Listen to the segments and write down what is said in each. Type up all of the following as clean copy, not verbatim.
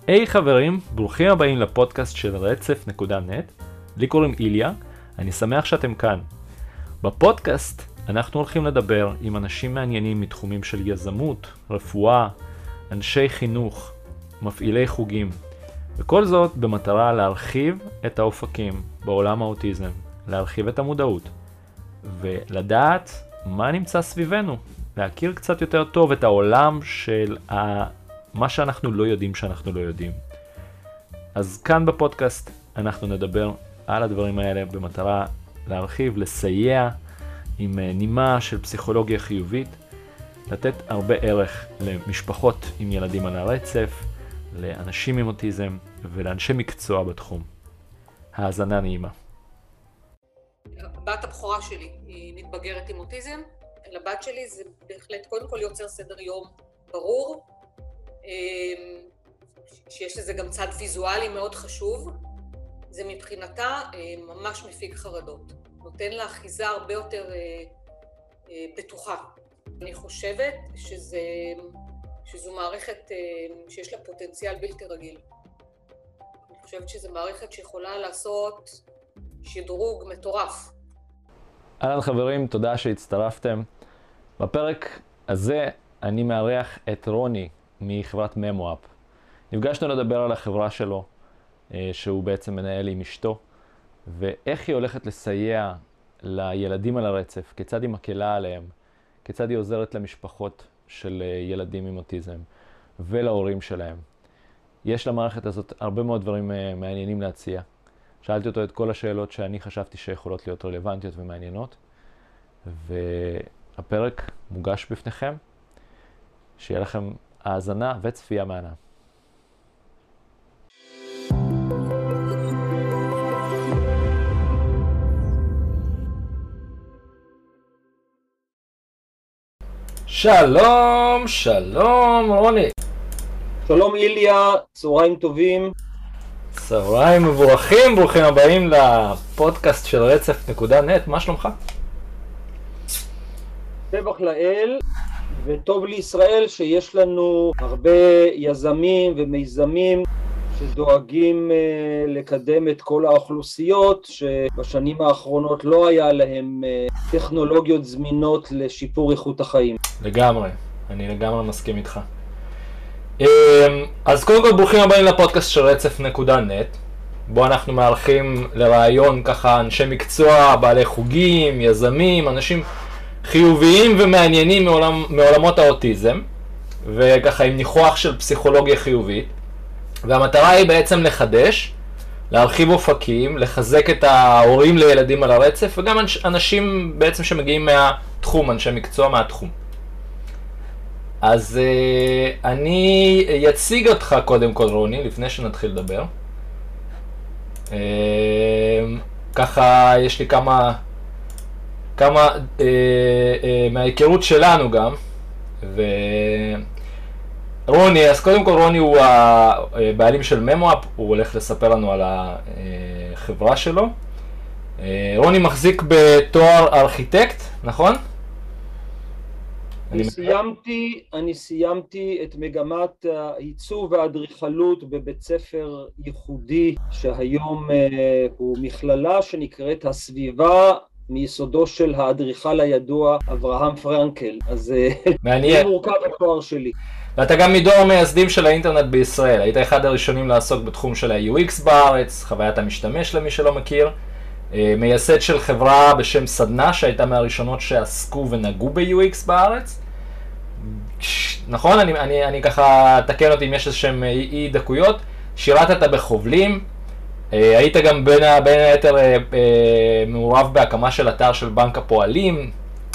היי חברים, ברוכים הבאים לפודקאסט של רצף.נט. לי קוראים איליה, אני שמח שאתם כאן. בפודקאסט אנחנו הולכים לדבר עם אנשים מעניינים מתחומים של יזמות, רפואה, אנשי חינוך, מפעילי חוגים, וכל זאת במטרה להרחיב את האופקים בעולם האוטיזם, להרחיב את המודעות, ולדעת מה נמצא סביבנו, להכיר קצת יותר טוב את העולם של מה שאנחנו לא יודעים שאנחנו לא יודעים. אז כאן בפודקאסט אנחנו נדבר על הדברים האלה במטרה להרחיב, לסייע עם נימה של פסיכולוגיה חיובית, לתת הרבה ערך למשפחות עם ילדים על הרצף, לאנשים עם אוטיזם ולאנשי מקצוע בתחום. האזנה נעימה. הבת הבכורה שלי היא מתבגרת עם אוטיזם. לבת שלי זה בהחלט קודם כל יוצר סדר יום ברור, שיש לזה גם צד ויזואלי מאוד חשוב. זה מבחינתה ממש מפיג חרדות, נותן לה אחיזה הרבה יותר בטוחה. אני חושבת שזו מערכת שיש לה פוטנציאל בלתי רגיל. אני חושבת שזו מערכת שיכולה לעשות שדרוג מטורף. אהלן חברים, תודה שהצטרפתם. בפרק הזה אני מארח את רוני מחברת ממואפ. נפגשנו לדבר על החברה שלו, שהוא בעצם מנהל עם אשתו, ואיך היא הולכת לסייע לילדים על הרצף, כיצד היא מקלה עליהם, כיצד היא עוזרת למשפחות של ילדים עם אוטיזם ולהורים שלהם. יש למערכת הזאת הרבה מאוד דברים מעניינים להציע. שאלתי אותו את כל השאלות שאני חשבתי שיכולות להיות רלוונטיות ומעניינות, והפרק מוגש בפניכם. שיהיה לכם האזנה וצפייה מהנה. שלום, שלום רוני. שלום איליה, צהריים טובים. צהריים מבורכים, ברוכים הבאים לפודקאסט של רצף.נט. מה שלומך? טבח לאל, וטוב לישראל שיש לנו הרבה יזמים ומיזמים שדואגים לקדם את כל האוכלוסיות שבשנים האחרונות לא היה להם טכנולוגיות זמינות לשיפור איכות החיים. לגמרי, אני לגמרי מסכים איתך. אז קודם כל ברוכים הבאים לפודקאסט של רצף.נט, בו אנחנו מארחים לרעיון ככה אנשי מקצוע, בעלי חוגים, יזמים, אנשים חיוביים ומעניינים מעולמות האוטיזם, וככה עם ניחוח של פסיכולוגיה חיובית. והמטרה היא בעצם לחדש, להרחיב אופקים, לחזק את ההורים לילדים על הרצף, וגם אנשים בעצם שמגיעים מהתחום, אנשי מקצוע מהתחום. אז אני אציג אותך קודם כל רוני, לפני שנתחיל לדבר. ככה יש לי כמה מההיכרות שלנו גם. ורוני, אז קודם כל רוני הוא הבעלים של ממואפ, הוא הולך לספר לנו על החברה שלו. רוני מחזיק בתואר ארכיטקט, נכון? אני סיימתי את מגמת העיצוב והאדריכלות בבית ספר ייחודי שהיום הוא מכללה שנקראת הסביבה, מיסודו של האדריכל הידוע אברהם פרנקל. אז זה מורכב התואר שלי. ואתה גם מדור המייסדים של האינטרנט בישראל. היית אחד הראשונים לעסוק בתחום של ה-UX בארץ, חוויית המשתמש למי שלא מכיר. מייסד של חברה בשם סדנה, שהייתה מהראשונות שעסקו ונגעו ב-UX בארץ. נכון? אני ככה תקן אותי אם יש איזשהם אי דקויות. שירתת בחובלים. היית גם בין היתר מעורב בהקמה של אתר של בנק הפועלים,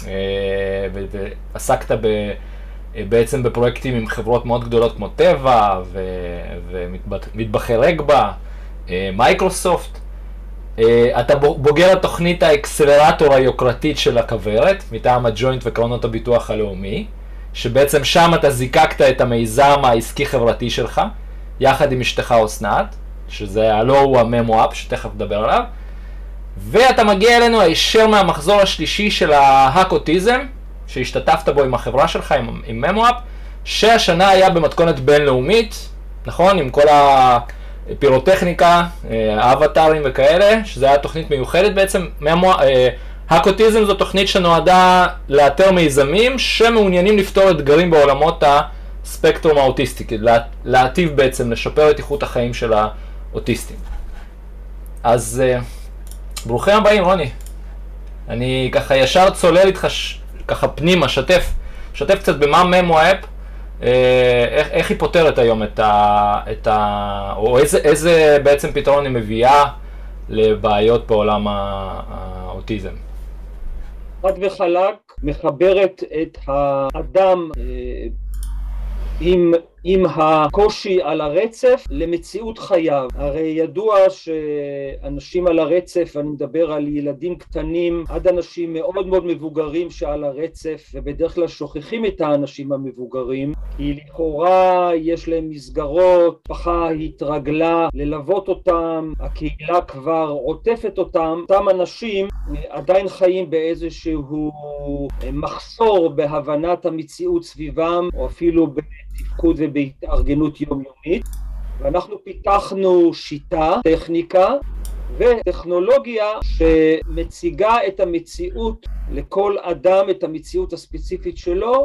ועסקת בעצם בפרויקטים עם חברות מאוד גדולות כמו טבע ומטבחי רגבה, מייקרוסופט. אתה בוגר התוכנית האקסלרטור היוקרתית של הכוורת, מטעם הג'וינט וקרנות הביטוח הלאומי, שבעצם שם אתה זיקקת את המיזם העסקי חברתי שלך, יחד עם אשתך אסנת, שזה הלא הוא הממואפ שתכף נדבר עליו, ואתה מגיע אלינו הישר מהמחזור השלישי של ההאק אוטיזם, שהשתתפת בו עם החברה שלך, עם ממואפ, שהשנה היה במתכונת בינלאומית, נכון? עם כל הפירוטכניקה, האבטרים וכאלה, שזה היה תוכנית מיוחדת בעצם. האקוטיזם זו תוכנית שנועדה לאתר מיזמים שמעוניינים לפתור אתגרים בעולמות הספקטרום האוטיסטי, להטיב בעצם, לשפר את איכות החיים של האוטיסטים. אז ברוכים הבאים, רוני. אני ככה ישר צולל איתך ככה פנימה, שתף קצת במה ממו-אפ, איך היא פותרת היום או איזה בעצם פתרון היא מביאה לבעיות בעולם האוטיזם. חד וחלק מחברת את האדם עם הקושי על הרצף למציאות חייו. הרי ידוע שאנשים על הרצף, אני מדבר על ילדים קטנים עד אנשים מאוד מאוד מבוגרים שעל הרצף, ובדרך כלל שוכחים את האנשים המבוגרים, כי לכאורה יש להם מסגרות, משפחה התרגלה ללוות אותם, הקהילה כבר עוטפת אותם, אותם אנשים עדיין חיים באיזשהו מחסור בהבנת המציאות סביבם, או אפילו בתפקוד ובהתארגנות יומיומית, ואנחנו פיתחנו שיטה, טכניקה וטכנולוגיה שמציגה את המציאות לכל אדם, את המציאות הספציפית שלו,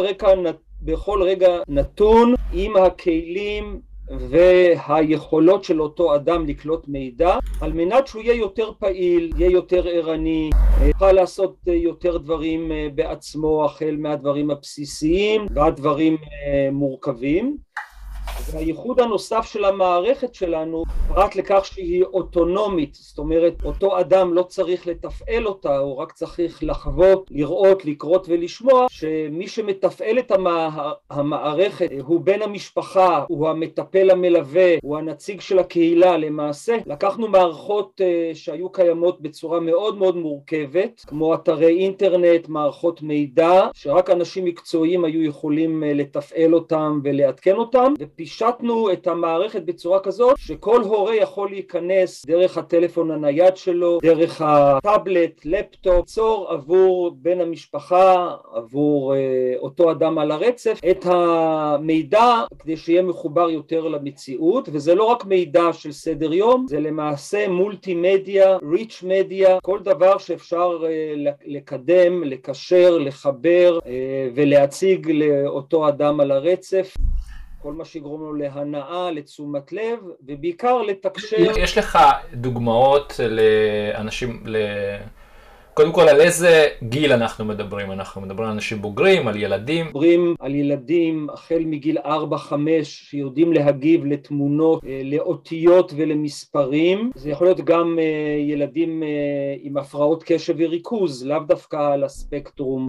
בכל רגע נתון, עם הכלים והיכולות של אותו אדם לקלוט מידע, על מנת שהוא יהיה יותר פעיל, יהיה יותר ערני, יוכל לעשות יותר דברים בעצמו, החל מהדברים הבסיסיים ועד דברים מורכבים. והייחוד הנוסף של המערכת שלנו, פרט לכך שהיא אוטונומית, זאת אומרת, אותו אדם לא צריך לתפעל אותה, הוא רק צריך לחוות, לראות, לקרות ולשמוע, שמי שמתפעל את המערכת הוא בן המשפחה, הוא המטפל המלווה, הוא הנציג של הקהילה. למעשה, לקחנו מערכות שהיו קיימות בצורה מאוד מאוד מורכבת, כמו אתרי אינטרנט, מערכות מידע, שרק אנשים מקצועיים היו יכולים לתפעל אותם ולעדכן אותם, פישטנו את המערכת בצורה כזאת שכל הורה יכול להיכנס דרך הטלפון הנייד שלו, דרך הטאבלט, לפטופ, צור עבור בן המשפחה, עבור אותו אדם על הרצף, את המידע כדי שיהיה מחובר יותר למציאות. וזה לא רק מידע של סדר יום, זה למעשה מולטי מדיה, ריץ' מדיה, כל דבר שאפשר לקדם, לקשר, לחבר ולהציג לאותו אדם על הרצף, כל מה שיגרום לו להנאה, לתשומת לב, ובעיקר לתקשר. יש לך דוגמאות לאנשים, קודם כל על איזה גיל אנחנו מדברים? אנחנו מדברים על אנשים בוגרים, על ילדים? מדברים על ילדים החל מגיל 4-5 שיודעים להגיב לתמונות, לאותיות ולמספרים. זה יכול להיות גם ילדים עם הפרעות קשב וריכוז, לאו דווקא על הספקטרום,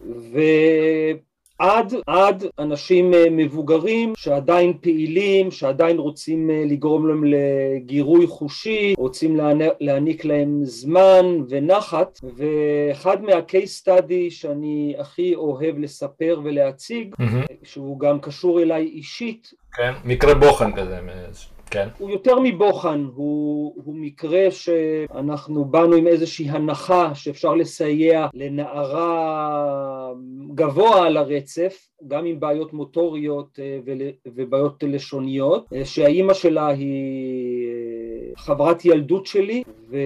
עד אנשים מבוגרים שעדיין פעילים, שעדיין רוצים לגרום להם לגירוי חושי, רוצים להעניק להם זמן ונחת. ואחד מהקייס סטאדי שאני הכי אוהב לספר ולהציג, שהוא גם קשור אליי אישית, כן, מקרה בוחן כזה. כן. הוא יותר מבוחן, הוא מקרה שאנחנו באנו עם איזושהי הנחה שאפשר לסייע לנערה גבוה על הרצף, גם עם בעיות מוטוריות ובעיות לשוניות, שהאימא שלה היא חברת ילדות שלי,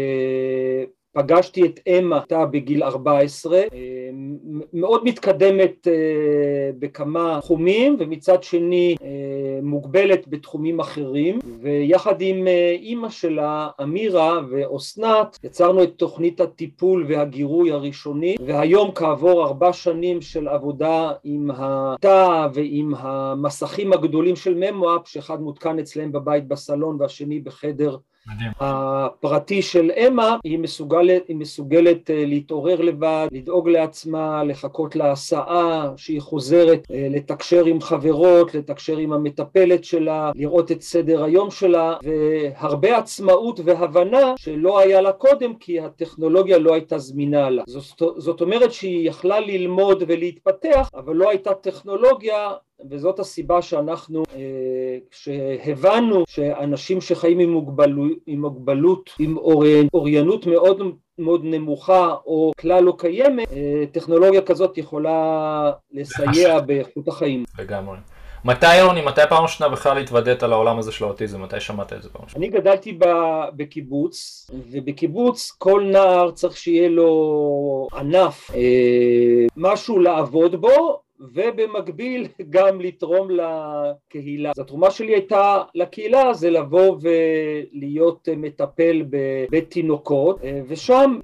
פגשתי את אמה, הייתה בגיל 14, מאוד מתקדמת בכמה תחומים, ומצד שני מוגבלת בתחומים אחרים, ויחד עם אמא שלה, אמירה ואוסנת, יצרנו את תוכנית הטיפול והגירוי הראשוני, והיום כעבור 4 שנים של עבודה עם התא ועם המסכים הגדולים של ממו-אפ, שאחד מותקן אצלם בבית בסלון והשני בחדר הפרטי של אמה, היא מסוגלת להתעורר לבד, לדאוג לעצמה, לחכות להסעה שהיא חוזרת, לתקשר עם חברות, לתקשר עם המטפלת שלה, לראות את סדר היום שלה, והרבה עצמאות והבנה שלא היה לה קודם כי הטכנולוגיה לא הייתה זמינה לה. זאת אומרת שהיא יכלה ללמוד ולהתפתח, אבל לא הייתה טכנולוגיה, וזאת הסיבה שאנחנו, שהבנו שאנשים שחיים עם מוגבלות, עם אוריינות מאוד מאוד נמוכה או כלל לא קיימת, טכנולוגיה כזאת יכולה לסייע באיכות החיים. לגמרי. מתי רוני, מתי פעם ראשונה בכלל התוודעת על העולם הזה של האוטיזם? מתי שמעת את זה פעם ראשונה? אני גדלתי בקיבוץ, ובקיבוץ כל נער צריך שיהיה לו ענף, משהו לעבוד בו, ובמקביל גם לתרום לקהילה. אז התרומה שלי הייתה לקהילה, זה לבוא ולהיות מטפל בבית תינוקות, ושם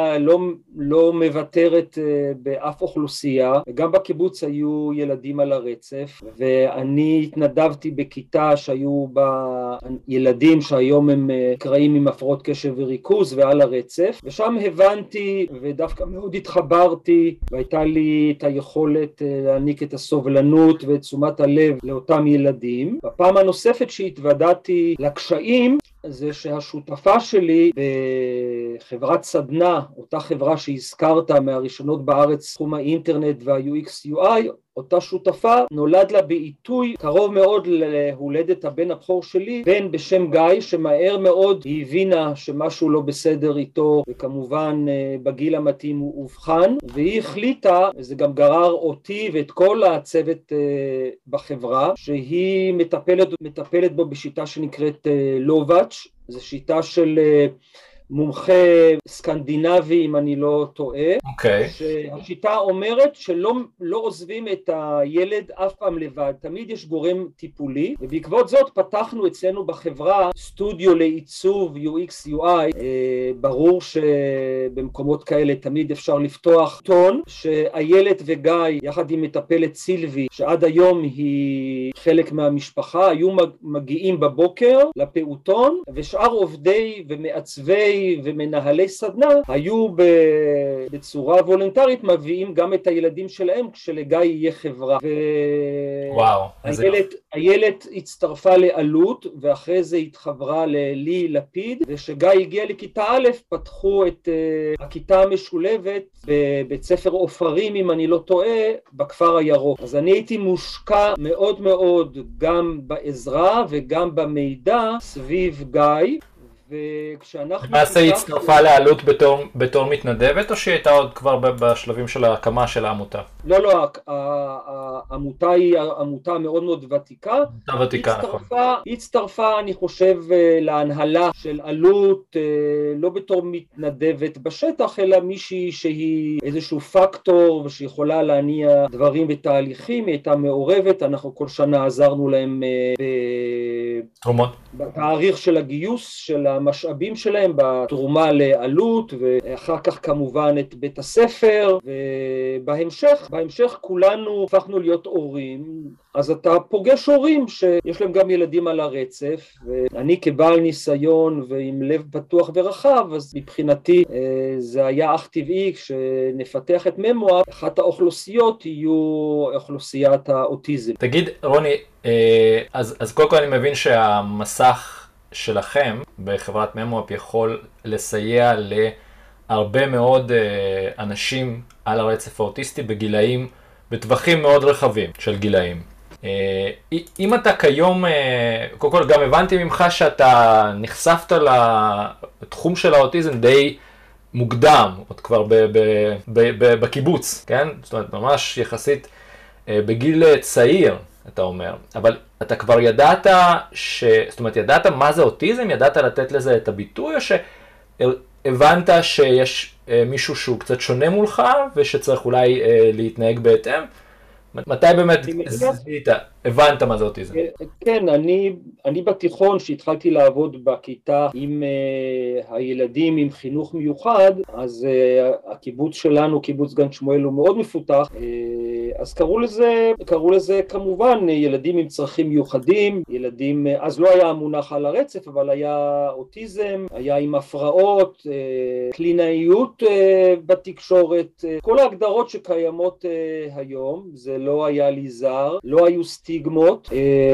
לא מוותרת באף אוכלוסייה. גם בקיבוץ היו ילדים על הרצף, ואני התנדבתי בכיתה שהיו בה ילדים שהיום הם קראים עם הפרעות קשב וריכוז ועל הרצף, ושם הבנתי ודווקא מאוד התחברתי, והייתה לי את היכולת להעניק את הסובלנות ואת תשומת הלב לאותם ילדים. בפעם הנוספת שהתוודעתי לקשיים, זה שהשותפה שלי בחברת סדנה, אותה חברה שהזכרת מהראשונות בארץ, תחום האינטרנט וה-UX UI, אותה שותפה נולד לה בעיתוי קרוב מאוד להולדת הבן הבכור שלי, בן בשם גיא, שמהר מאוד היא הבינה שמשהו לא בסדר איתו, וכמובן בגיל המתאים הוא אובחן, והיא החליטה, וזה גם גרר אותי ואת כל הצוות בחברה, שהיא מטפלת בו בשיטה שנקראת לובאץ', זו שיטה של מומחה סקנדינבי, אם אני לא טועה, שהשיטה אומרת שלא עוזבים את הילד אף פעם לבד, תמיד יש גורם טיפולי, ובעקבות זאת פתחנו אצלנו בחברה סטודיו לעיצוב UX UI. ברור שבמקומות כאלה תמיד אפשר לפתוח טון, שהילד וגיא יחד עם מטפלת סילבי, שעד היום היא חלק מהמשפחה, היו מגיעים בבוקר לפעוטון, ושאר עובדי ומעצבי ומנהלי סדנה היו בצורה וולונטרית מביאים גם את הילדים שלהם כשלגיא יהיה חברה. וואו. הילד הצטרפה לעלות, ואחרי זה התחברה ללי לפיד, ושגיא הגיע לכיתה א' פתחו את הכיתה המשולבת בבית ספר אופרים, אם אני לא טועה, בכפר הירוק. אז אני הייתי מושקע מאוד מאוד גם בעזרה וגם במידע סביב גיא. למעשה היא הצטרפה לעלות בתור מתנדבת, או שהיא הייתה עוד כבר בשלבים של ההקמה של העמותה? לא, העמותה היא עמותה מאוד מאוד ותיקה. היא הצטרפה, אני חושב, להנהלה של עלות, לא בתור מתנדבת בשטח, אלא מישהי שהיא איזשהו פקטור, ושיכולה להניע דברים ותהליכים. היא הייתה מעורבת, אנחנו כל שנה עזרנו להם תרומות. בתאריך של הגיוס של המשאבים שלהם, בתרומה לעלות, ואחר כך כמובן את בית הספר, ובהמשך כולנו הפכנו להיות הורים. אז אתה פוגש הורים שיש להם גם ילדים על הרצף, ואני כבעל ניסיון ועם לב פתוח ורחב, אז מבחינתי זה היה אך טבעי כשנפתח את ממוע, אחת האוכלוסיות יהיו אוכלוסיית האוטיזם. תגיד רוני, אז קודם כל אני מבין שהמסך שלכם בחברת ממואפ יכול לסייע להרבה מאוד אנשים על הרצף האוטיסטי בגילאים, בטווחים מאוד רחבים של גילאים. אם אתה כיום, קודם כל גם הבנתי ממך שאתה נחשפת לתחום של האוטיזם די מוקדם, עוד כבר בקיבוץ, כן? זאת אומרת, ממש יחסית בגיל צעיר, אתה אומר, אבל אתה כבר ידעת זאת אומרת, ידעת מה זה אוטיזם, ידעת לתת לזה את הביטוי, או שהבנת שיש מישהו שהוא קצת שונה מולך, ושצריך אולי להתנהג בהתאם? מתי באמת הבנת מה זה אוטיזם? כן, אני בתיכון שהתחלתי לעבוד בכיתה עם הילדים עם חינוך מיוחד, אז הקיבוץ שלנו, קיבוץ גן שמואל, הוא מאוד מפותח, אז קראו לזה כמובן ילדים עם צרכים מיוחדים, ילדים, אז לא היה המונח על הרצף, אבל היה אוטיזם, היה עם הפרעות, קלינאיות בתקשורת, כל ההגדרות שקיימות היום. זה לא היה לי זר, לא היו סטיגמות.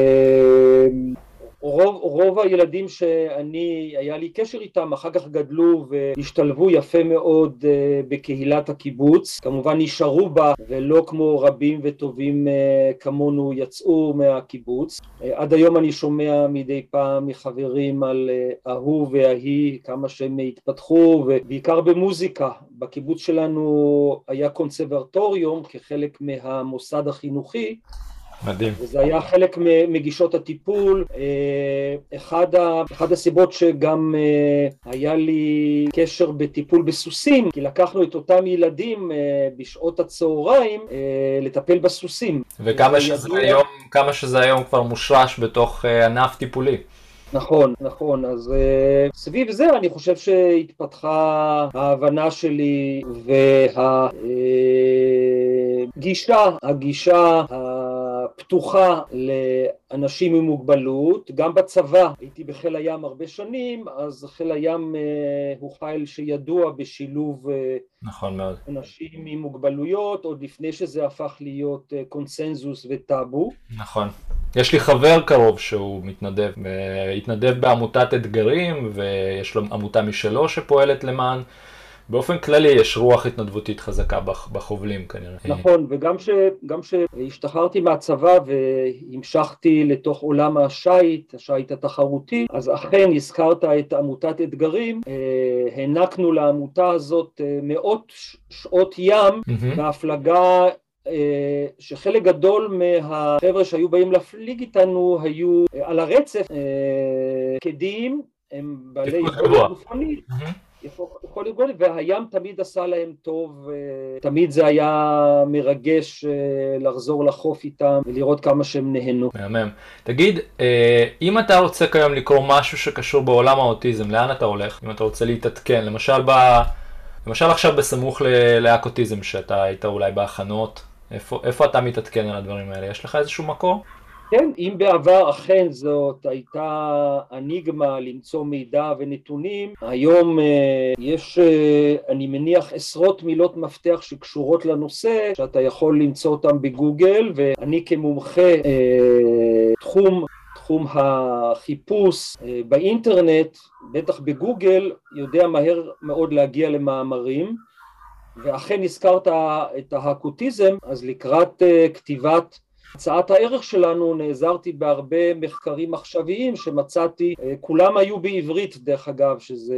רוב הילדים היה לי קשר איתם, אחר כך גדלו והשתלבו יפה מאוד בקהילת הקיבוץ, כמובן נשארו בה ולא כמו רבים וטובים כמונו יצאו מהקיבוץ. עד היום אני שומע מדי פעם מחברים על ההוא וההיא, כמה שהם התפתחו, ובעיקר במוזיקה. בקיבוץ שלנו היה קונסרבטוריום כחלק מהמוסד החינוכי, מדהים. וזה היה חלק מגישות הטיפול. אחד הסיבות שגם היה לי קשר בטיפול בסוסים, כי לקחנו את אותם ילדים בשעות הצהריים לטפל בסוסים. כמה שזה היום כבר מושרש בתוך ענף טיפולי. נכון, נכון. אז סביב זה אני חושב שהתפתחה ההבנה שלי הגישה הפתוחה לאנשים עם מוגבלות. גם בצבא, הייתי בחיל הים הרבה שנים, אז חיל הים הוא חיל שידוע בשילוב נכון מאוד. אנשים עם מוגבלויות, עוד לפני שזה הפך להיות קונסנזוס וטאבו. נכון. יש לי חבר קרוב שהוא התנדב בעמותת אתגרים, ויש לו עמותה משלו שפועלת למען. באופן כללי יש רוח התנדבותית חזקה בחובלים כנראה. נכון, וגם שהשתחררתי מהצבא והמשכתי לתוך עולם השיט התחרותי, אז אכן הזכרת את עמותת אתגרים, הענקנו לעמותה הזאת מאות שעות ים בהפלגה, שחלק גדול מהחבר'ה שהיו באים להפליג איתנו היו על הרצף, קדיים, הם בעלי יכולת גופנית, והים תמיד עשה להם טוב, תמיד זה היה מרגש לחזור לחוף איתם ולראות כמה שהם נהנו. מהמם. תגיד, אם אתה רוצה כיום לקרוא משהו שקשור בעולם האוטיזם, לאן אתה הולך? אם אתה רוצה להתעדכן, למשל עכשיו בסמוך לאקוטיזם שאתה היית אולי בהכנות, איפה אתה מתעדכן על הדברים האלה? יש לך איזשהו מקור? כן, אם בעבר אכן זאת הייתה אניגמה למצוא מידע ונתונים, היום יש, אני מניח, עשרות מילות מפתח שקשורות לנושא, שאתה יכול למצוא אותם בגוגל, ואני כמומחה תחום החיפוש באינטרנט, בטח בגוגל, יודע מהר מאוד להגיע למאמרים, ואכן הזכרת את האקוטיזם, אז לקראת כתיבת הצעת הערך שלנו נעזרתי בהרבה מחקרים עכשוויים שמצאתי, כולם היו בעברית דרך אגב, שזה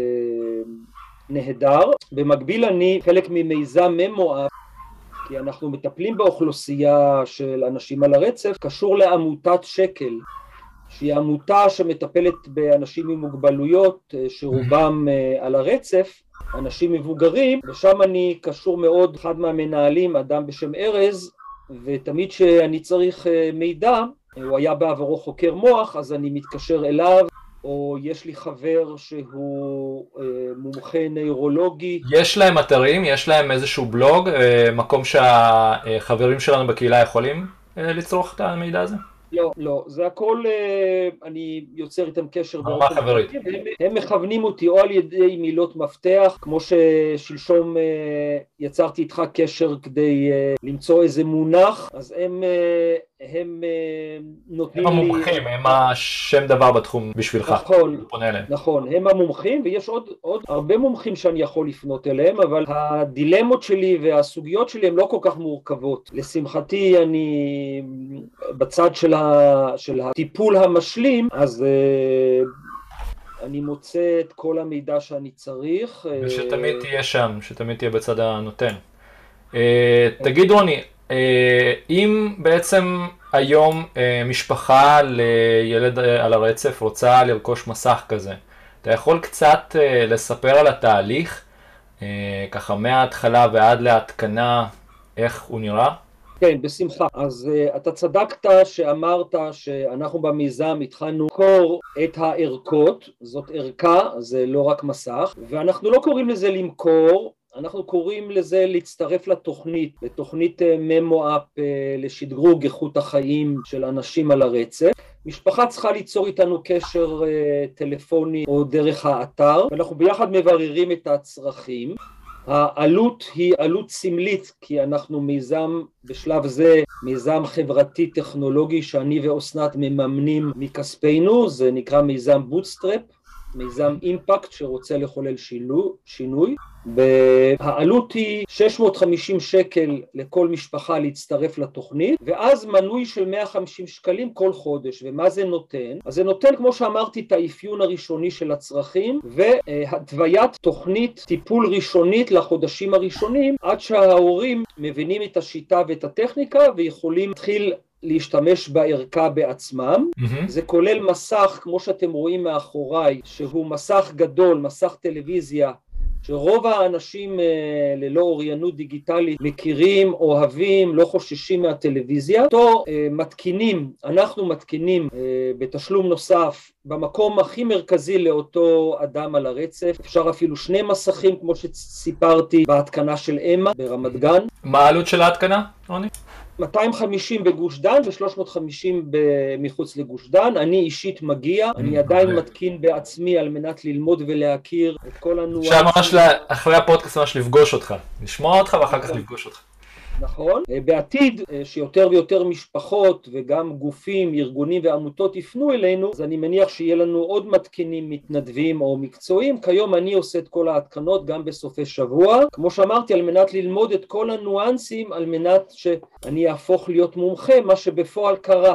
נהדר. במקביל אני חלק ממיזם ממואף, כי אנחנו מטפלים באוכלוסייה של אנשים על הרצף, קשור לעמותת שקל, שהיא עמותה שמטפלת באנשים עם מוגבלויות שרובם על הרצף, אנשים מבוגרים, ושם אני קשור מאוד, אחד מהמנהלים, אדם בשם ארז, ותמיד שאני צריך מידע, הוא היה בעברו חוקר מוח, אז אני מתקשר אליו, או יש לי חבר שהוא מומחה נוירולוגי. יש להם אתרים, יש להם איזשהו בלוג, מקום שהחברים שלנו בקהילה יכולים לצרוך את המידע הזה? לא, זה הכל, אני יוצר איתם קשר. מה חברית? הם מכוונים אותי או על ידי מילות מפתח, כמו ששלשום יצרתי איתך קשר כדי למצוא איזה מונח, אז הם נותנים לי... הם המומחים, הם השם דבר בתחום בשבילך. נכון, הם המומחים, ויש עוד הרבה מומחים שאני יכול לפנות אליהם, אבל הדילמות שלי והסוגיות שלי הן לא כל כך מורכבות. לשמחתי אני בצד של הטיפול המשלים, אז אני מוצא את כל המידע שאני צריך. ושתמיד תהיה שם, שתמיד תהיה בצד הנותן. תגיד רוני, אם בעצם היום משפחה לילד על הרצף רוצה לרכוש מסך כזה, אתה יכול קצת לספר על התהליך, ככה מההתחלה ועד להתקנה, איך הוא נראה? כן, בשמחה. אז אתה צדקת שאמרת שאנחנו במיזם התחלנו לקרוא את הערכות, זאת ערכה, זה לא רק מסך, ואנחנו לא קוראים לזה למכור, אנחנו קוראים לזה להצטרף לתוכנית ממואפ לשדרוג איכות החיים של אנשים על הרצף. משפחה צריכה ליצור איתנו קשר טלפוני או דרך האתר, ואנחנו ביחד מבררים את הצרכים. העלות היא עלות סמלית, כי אנחנו בשלב זה מיזם חברתי טכנולוגי שאני ואוסנת מממנים מכספנו, זה נקרא מיזם בוטסטראפ, מיזם אימפקט שרוצה לחולל שינוי. והעלות היא 650 שקל לכל משפחה להצטרף לתוכנית, ואז מנוי של 150 שקלים כל חודש. ומה זה נותן? אז זה נותן, כמו שאמרתי, את האפיון הראשוני של הצרכים, והתוויית תוכנית טיפול ראשונית לחודשים הראשונים, עד שההורים מבינים את השיטה ואת הטכניקה, ויכולים להתחיל להשתמש בערכה בעצמם. זה כולל מסך, כמו שאתם רואים מאחוריי, שהוא מסך גדול, מסך טלוויזיה, שרוב האנשים ללא אוריינות דיגיטלית מכירים, אוהבים, לא חוששים מהטלוויזיה. אותו אנחנו מתקינים בתשלום נוסף במקום הכי מרכזי לאותו אדם על הרצף. אפשר אפילו 2 מסכים, כמו שסיפרתי, בהתקנה של אמה ברמת גן. מה העלות של ההתקנה, רוני? 250 בגוש דן ו350 מחוץ לגוש דן. אני אישית מגיע, אני עדיין מתקין בעצמי על מנת ללמוד ולהכיר את כל הניואנסים. אפשר ממש אחרי הפודקאסט ממש לפגוש אותך, לשמוע אותך ואחר כך לפגוש אותך. נכון. בעתיד שיותר ויותר משפחות וגם גופים, ארגונים ועמותות יפנו אלינו, אז אני מניח שיהיה לנו עוד מתקינים מתנדבים או מקצועיים. כיום אני עושה את כל ההתקנות גם בסופי שבוע, כמו שאמרתי, על מנת ללמוד את כל הניואנסים, על מנת שאני אהפוך להיות מומחה, מה שבפועל קרה.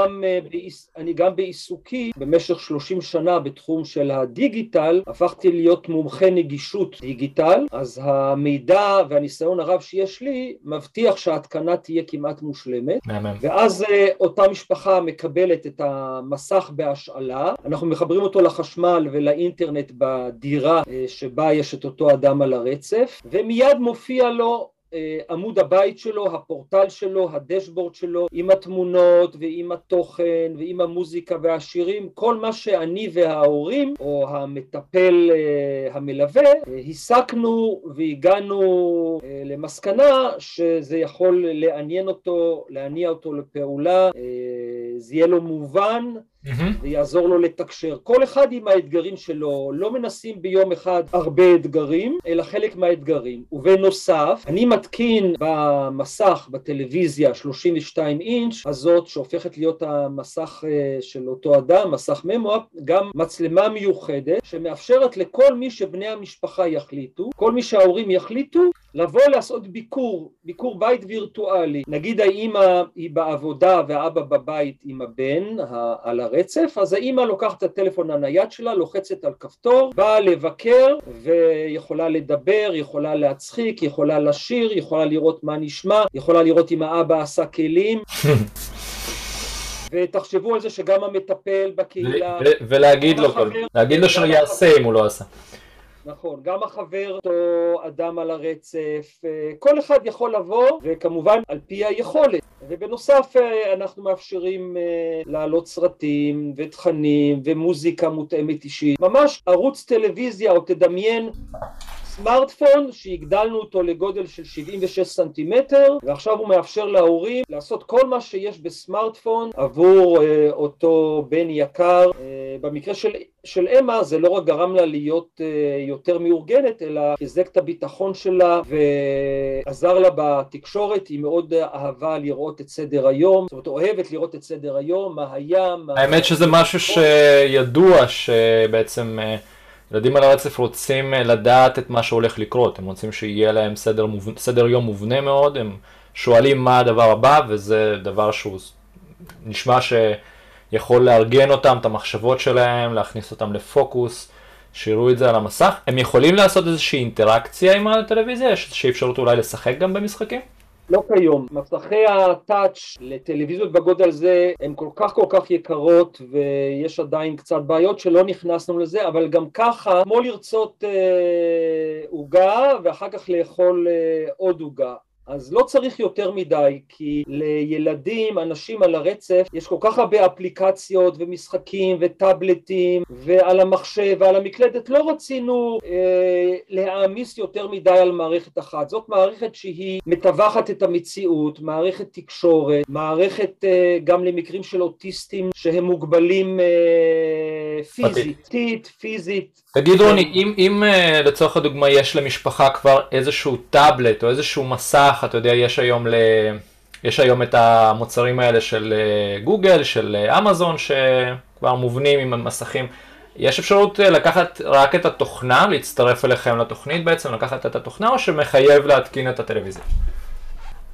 אני גם בעיסוקי במשך 30 שנה בתחום של הדיגיטל, הפכתי להיות מומחה נגישות דיגיטל, אז המידע והניסיון הרב שיש לי מבטיח שההתקנה תהיה כמעט מושלמת, ואז אותה משפחה מקבלת את המסך בהשאלה, אנחנו מחברים אותו לחשמל ולאינטרנט בדירה שבה יש את אותו אדם על הרצף, ומיד מופיע לו עמוד הבית שלו, הפורטל שלו, הדשבורד שלו, עם התמונות ועם התוכן ועם המוזיקה והשירים, כל מה שאני וההורים או המטפל המלווה הסקנו והגענו למסקנה שזה יכול לעניין אותו, להניע אותו לפעולה, זה יהיה לו מובן ויעזור לו לתקשר. כל אחד עם האתגרים שלו, לא מנסים ביום אחד הרבה אתגרים, אלא חלק מהאתגרים. ובנוסף, אני מתקין במסך, בטלוויזיה 32 אינץ' הזאת, שהופכת להיות המסך של אותו אדם, מסך ממואפ, גם מצלמה מיוחדת, שמאפשרת לכל מי שבני המשפחה יחליטו, כל מי שההורים יחליטו, לבוא לעשות ביקור בית וירטואלי. נגיד האמא היא בעבודה והאבא בבית עם הבן על הרצף, אז האמא לוקחת את הטלפון הנייד שלה, לוחצת על כפתור, באה לבקר ויכולה לדבר, יכולה להצחיק, יכולה לשיר, יכולה לראות מה נשמע, יכולה לראות אם האבא עשה כלים. ותחשבו על זה שגם המטפל בקהילה... ולהגיד לו כל, להגיד לו שיעשה אם הוא לא עשה. נכון, גם החבר, אותו אדם על הרצף, כל אחד יכול לבוא, וכמובן על פי היכולת. ובנוסף אנחנו מאפשרים להעלות סרטים ותכנים ומוזיקה מותאמת אישית. ממש ערוץ טלוויזיה, או תדמיין סמארטפון שהגדלנו אותו לגודל של 76 סנטימטר, ועכשיו הוא מאפשר להורים לעשות כל מה שיש בסמארטפון עבור אותו בן יקר. במקרה של אמה זה לא רק גרם לה להיות יותר מאורגנת, אלא חיזק את הביטחון שלה ועזר לה בתקשורת. היא מאוד אהבה לראות את סדר היום, זאת אומרת אוהבת לראות את סדר היום, מה היה, האמת שזה משהו שידוע שבעצם ילדים על הרצף רוצים לדעת את מה שהולך לקרות, הם רוצים שיהיה להם סדר יום מובנה מאוד, הם שואלים מה הדבר הבא, וזה דבר שהוא נשמע שיכול לארגן אותם, את המחשבות שלהם, להכניס אותם לפוקוס, שיראו את זה על המסך. הם יכולים לעשות איזושהי אינטראקציה עם הטלוויזיה? יש איזושהי אפשרות אולי לשחק גם במשחקים? לא כיום. מסכי הטאץ' לטלוויזיות בגודל זה הן כל כך יקרות, ויש עדיין קצת בעיות שלא נכנסנו לזה, אבל גם ככה, כמו לרצות עוגה ואחר כך לאכול עוד עוגה. אז לא צריך יותר מדי, כי לילדים, אנשים על הרצף, יש כל כך הרבה אפליקציות ומשחקים וטאבלטים ועל המחשב ועל המקלדת. לא רצינו להעמיס יותר מדי על מערכת אחת. זאת מערכת שהיא מטווחת את המציאות, מערכת תקשורת, מערכת גם למקרים של אוטיסטים שהם מוגבלים פיזית. תגיד רוני, אם לצורך הדוגמה יש למשפחה כבר איזשהו טאבלט או איזשהו מסך, אתה יודע, יש היום את המוצרים האלה של גוגל, של אמזון, שכבר מובנים עם המסכים. יש אפשרות לקחת רק את התוכנה, להצטרף אליכם לתוכנית בעצם, לקחת את התוכנה, או שמחייב להתקין את הטלוויזיה?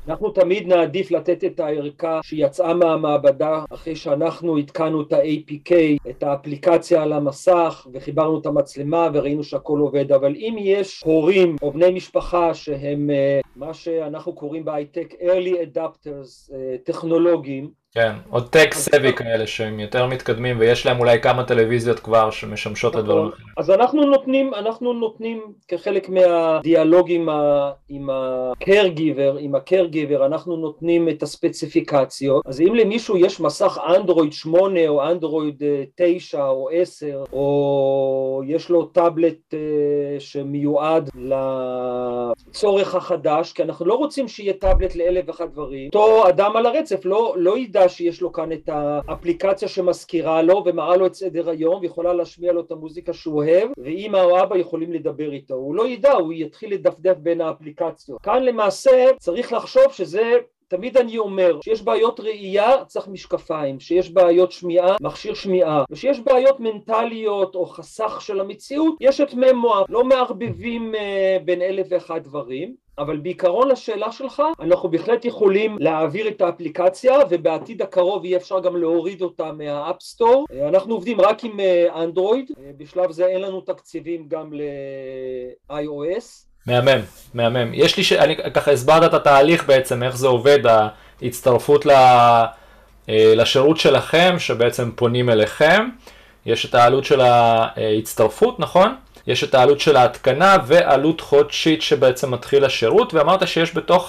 אנחנו תמיד נעדיף לתת את הערכה שיצאה מהמעבדה אחרי שאנחנו התקנו את ה-APK, את האפליקציה על המסך, וחיברנו את המצלמה וראינו שהכל עובד. אבל אם יש הורים או בני משפחה שהם מה שאנחנו קוראים בהייטק early adapters, טכנולוגיים, כן, או טק סבי כאלה שהם יותר מתקדמים ויש להם אולי כמה טלוויזיות כבר שמשמשות לדברים אחרים. אז אנחנו נותנים כחלק מהדיאלוג עם ה-caregiver, אנחנו נותנים את הספציפיקציות. אז אם למישהו יש מסך אנדרואיד 8 או אנדרואיד 9 או 10, או יש לו טאבלט שמיועד לצורך החדש, כי אנחנו לא רוצים שיהיה טאבלט לאלף ואחת דברים, אותו אדם על הרצף לא ידע שיש לו כאן את האפליקציה שמזכירה לו ומראה לו את סדר היום ויכולה להשמיע לו את המוזיקה שהוא אוהב, ואמא או אבא יכולים לדבר איתו. הוא לא ידע, הוא יתחיל לדפדף בין האפליקציות. כאן למעשה צריך לחשוב שזה, תמיד אני אומר, שיש בעיות ראייה צריך משקפיים, שיש בעיות שמיעה, מכשיר שמיעה, ושיש בעיות מנטליות או חסך של המציאות, יש את ממוע. לא מערבבים בין אלף ואחד דברים. אבל בעיקרון לשאלה שלך, אנחנו בהחלט יכולים להעביר את האפליקציה, ובעתיד הקרוב יהיה אפשר גם להוריד אותה מהאפ סטור. אנחנו עובדים רק עם אנדרואיד, בשלב זה אין לנו תקציבים גם ל-iOS. מהמם. אני ככה הסברת את התהליך בעצם, איך זה עובד, ההצטרפות לשירות שלכם, שבעצם פונים אליכם. יש את העלות של ההצטרפות, נכון? יש את העלות של ההתקנה ועלות חודשית שבעצם מתחיל השירות, ואמרת שיש בתוך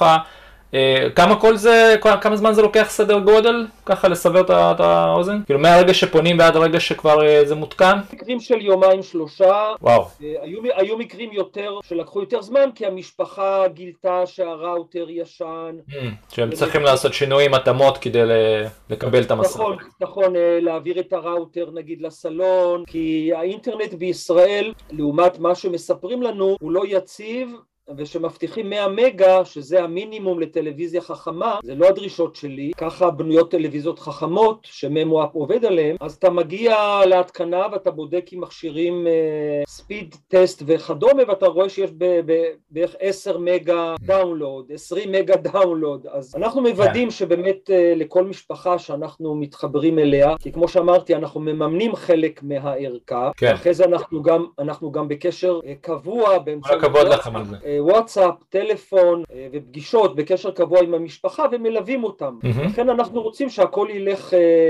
כמה זמן זה לוקח סדר גודל, ככה לסבר את האוזן? כאילו מהרגע שפונים ועד הרגע שכבר זה מותקן? מקרים של יומיים שלושה. וואו. היו מקרים יותר שלקחו יותר זמן, כי המשפחה גילתה שהראוטר ישן. שהם צריכים לעשות שינויים, התאמות כדי לקבל את המסך. נכון, להעביר את הראוטר נגיד לסלון, כי האינטרנט בישראל, לעומת מה שמספרים לנו, הוא לא יציב, ושמבטיחים 100 מגה, שזה המינימום לטלוויזיה חכמה, זה לא הדרישות שלי, ככה בנויות טלוויזיות חכמות, שממואפ עובד עליהם, אז אתה מגיע להתקנה ואתה בודק עם מכשירים ספיד טסט וכדומה, ואתה רואה שיש בערך 10 מגה דאונלוד, 20 מגה דאונלוד, אז אנחנו מוודאים שבאמת לכל משפחה שאנחנו מתחברים אליה, כי כמו שאמרתי, אנחנו מממנים חלק מהערכה, ואחרי זה אנחנו גם בקשר קבוע, באמצעות וואטסאפ, טלפון ופגישות בקשר קבוע עם המשפחה ומלווים אותם. לכן אנחנו רוצים שהכל ילך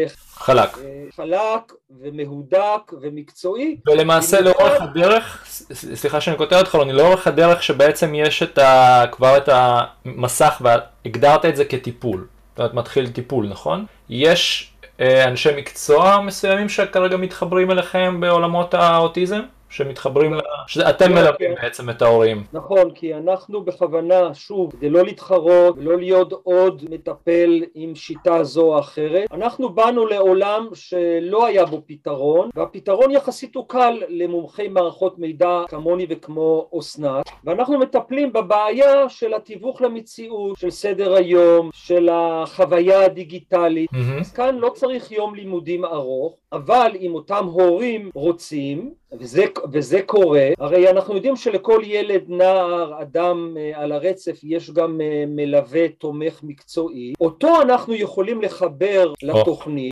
חלק ומהודק ומקצועי. ולמעשה לאורך הדרך, סליחה שאני כותב אותך, לאורך הדרך שבעצם יש כבר את המסך והגדרת את זה כטיפול. זאת אומרת, מתחיל טיפול, נכון? יש אנשי מקצוע מסוימים שכרגע מתחברים אליכם בעולמות האוטיזם? שמתחברים שאתם מלווים בעצם את ההורים. נכון, כי אנחנו בכוונה, שוב, כדי לא להתחרות ולא להיות עוד מטפל עם שיטה זו או אחרת, אנחנו באנו לעולם שלא היה בו פתרון, והפתרון יחסית הוא קל למומחי מערכות מידע כמוני וכמו אסנת, ואנחנו מטפלים בבעיה של התיווך למציאות, של סדר היום, של החוויה הדיגיטלית. אז כאן לא צריך יום לימודים ארוך, אבל אם אותם הורים רוצים, וזה קורה, הרי אנחנו יודעים שלכל ילד, נער, אדם על הרצף יש גם מלווה תומך מקצועי, אותו אנחנו יכולים לחבר לתוכנית,